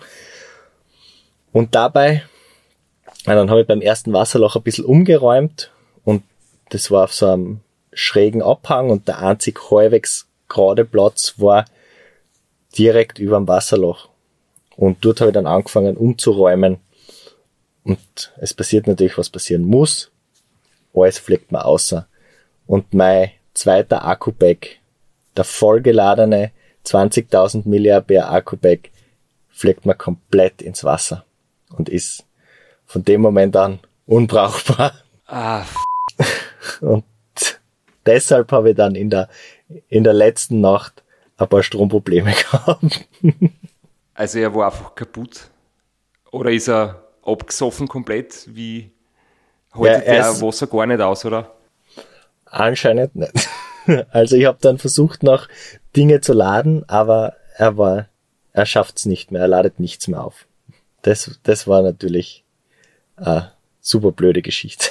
Und dabei, dann habe ich beim ersten Wasserloch ein bisschen umgeräumt und das war auf so einem schrägen Abhang und der einzig halbwegs gerade Platz war direkt über dem Wasserloch. Und dort habe ich dann angefangen umzuräumen. Und es passiert natürlich, was passieren muss. Alles fliegt mir außer. Und mein zweiter Akku-Pack, der vollgeladene 20.000 mAh Akku-Pack, fliegt mir komplett ins Wasser. Und ist von dem Moment an unbrauchbar. Und deshalb habe ich dann in der letzten Nacht ein paar Stromprobleme gehabt. Also er war einfach kaputt? Oder ist er abgesoffen komplett? Wie haltet der Wasser gar nicht aus, oder? Anscheinend nicht. Also ich habe dann versucht, noch Dinge zu laden, aber er schafft's nicht mehr, er ladet nichts mehr auf. Das war natürlich eine super blöde Geschichte.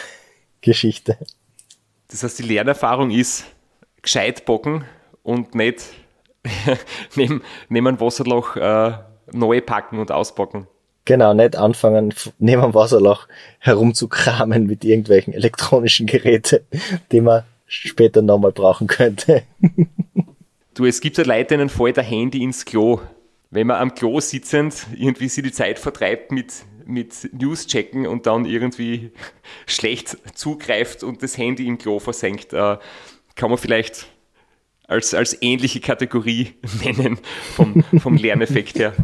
Das heißt, die Lernerfahrung ist gescheit bocken und nicht neben einem Wasserloch neu packen und auspacken. Genau, nicht anfangen, neben dem Wasserloch herumzukramen mit irgendwelchen elektronischen Geräten, die man später nochmal brauchen könnte. Du, es gibt ja Leute, denen fällt ein Handy ins Klo. Wenn man am Klo sitzend irgendwie sich die Zeit vertreibt mit News checken und dann irgendwie schlecht zugreift und das Handy im Klo versenkt, kann man vielleicht als ähnliche Kategorie nennen vom Lerneffekt her.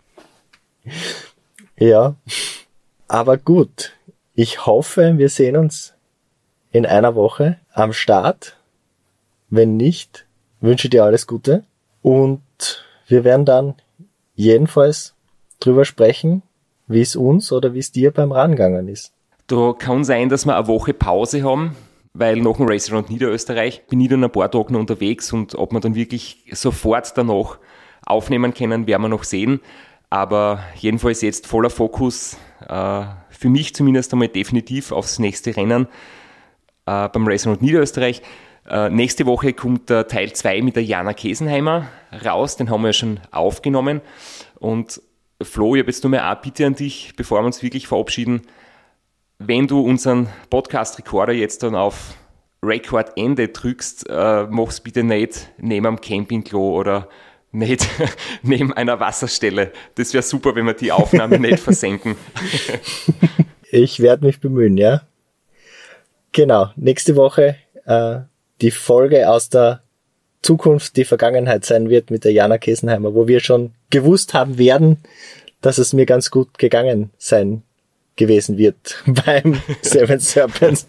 Ja, aber gut. Ich hoffe, wir sehen uns in einer Woche am Start. Wenn nicht, wünsche ich dir alles Gute. Und wir werden dann jedenfalls drüber sprechen, wie es uns oder wie es dir beim Radl gegangen ist. Da kann sein, dass wir eine Woche Pause haben, weil nach dem Race Around Niederösterreich bin ich dann ein paar Tage noch unterwegs und ob wir dann wirklich sofort danach aufnehmen können, werden wir noch sehen. Aber jedenfalls jetzt voller Fokus, für mich zumindest einmal definitiv aufs nächste Rennen beim Race Around Niederösterreich. Nächste Woche kommt der Teil 2 mit der Jana Kesenheimer raus, den haben wir ja schon aufgenommen. Und Flo, ich habe jetzt nur mehr eine Bitte an dich, bevor wir uns wirklich verabschieden. Wenn du unseren Podcast-Recorder jetzt dann auf Record-Ende drückst, mach's bitte nicht neben einem Campingklo oder nicht neben einer Wasserstelle. Das wäre super, wenn wir die Aufnahme nicht versenken. Ich werde mich bemühen, ja. Genau, nächste Woche die Folge aus der Zukunft, die Vergangenheit sein wird mit der Jana Kesenheimer, wo wir schon gewusst haben werden, dass es mir ganz gut gegangen sein gewesen wird beim Seven Serpents.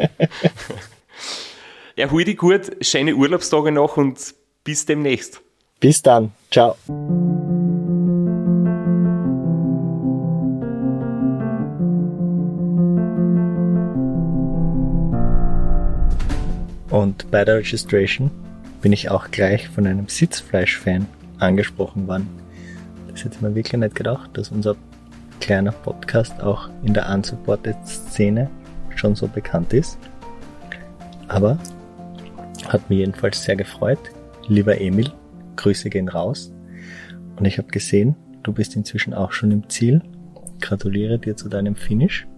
Ja, hol dich gut, schöne Urlaubstage noch und bis demnächst. Bis dann. Ciao. Und bei der Registration bin ich auch gleich von einem Sitzfleisch-Fan angesprochen worden. Das hätte ich mir wirklich nicht gedacht, dass unser kleiner Podcast auch in der Unsupported-Szene schon so bekannt ist. Aber hat mich jedenfalls sehr gefreut. Lieber Emil, Grüße gehen raus. Und ich habe gesehen, du bist inzwischen auch schon im Ziel. Gratuliere dir zu deinem Finish.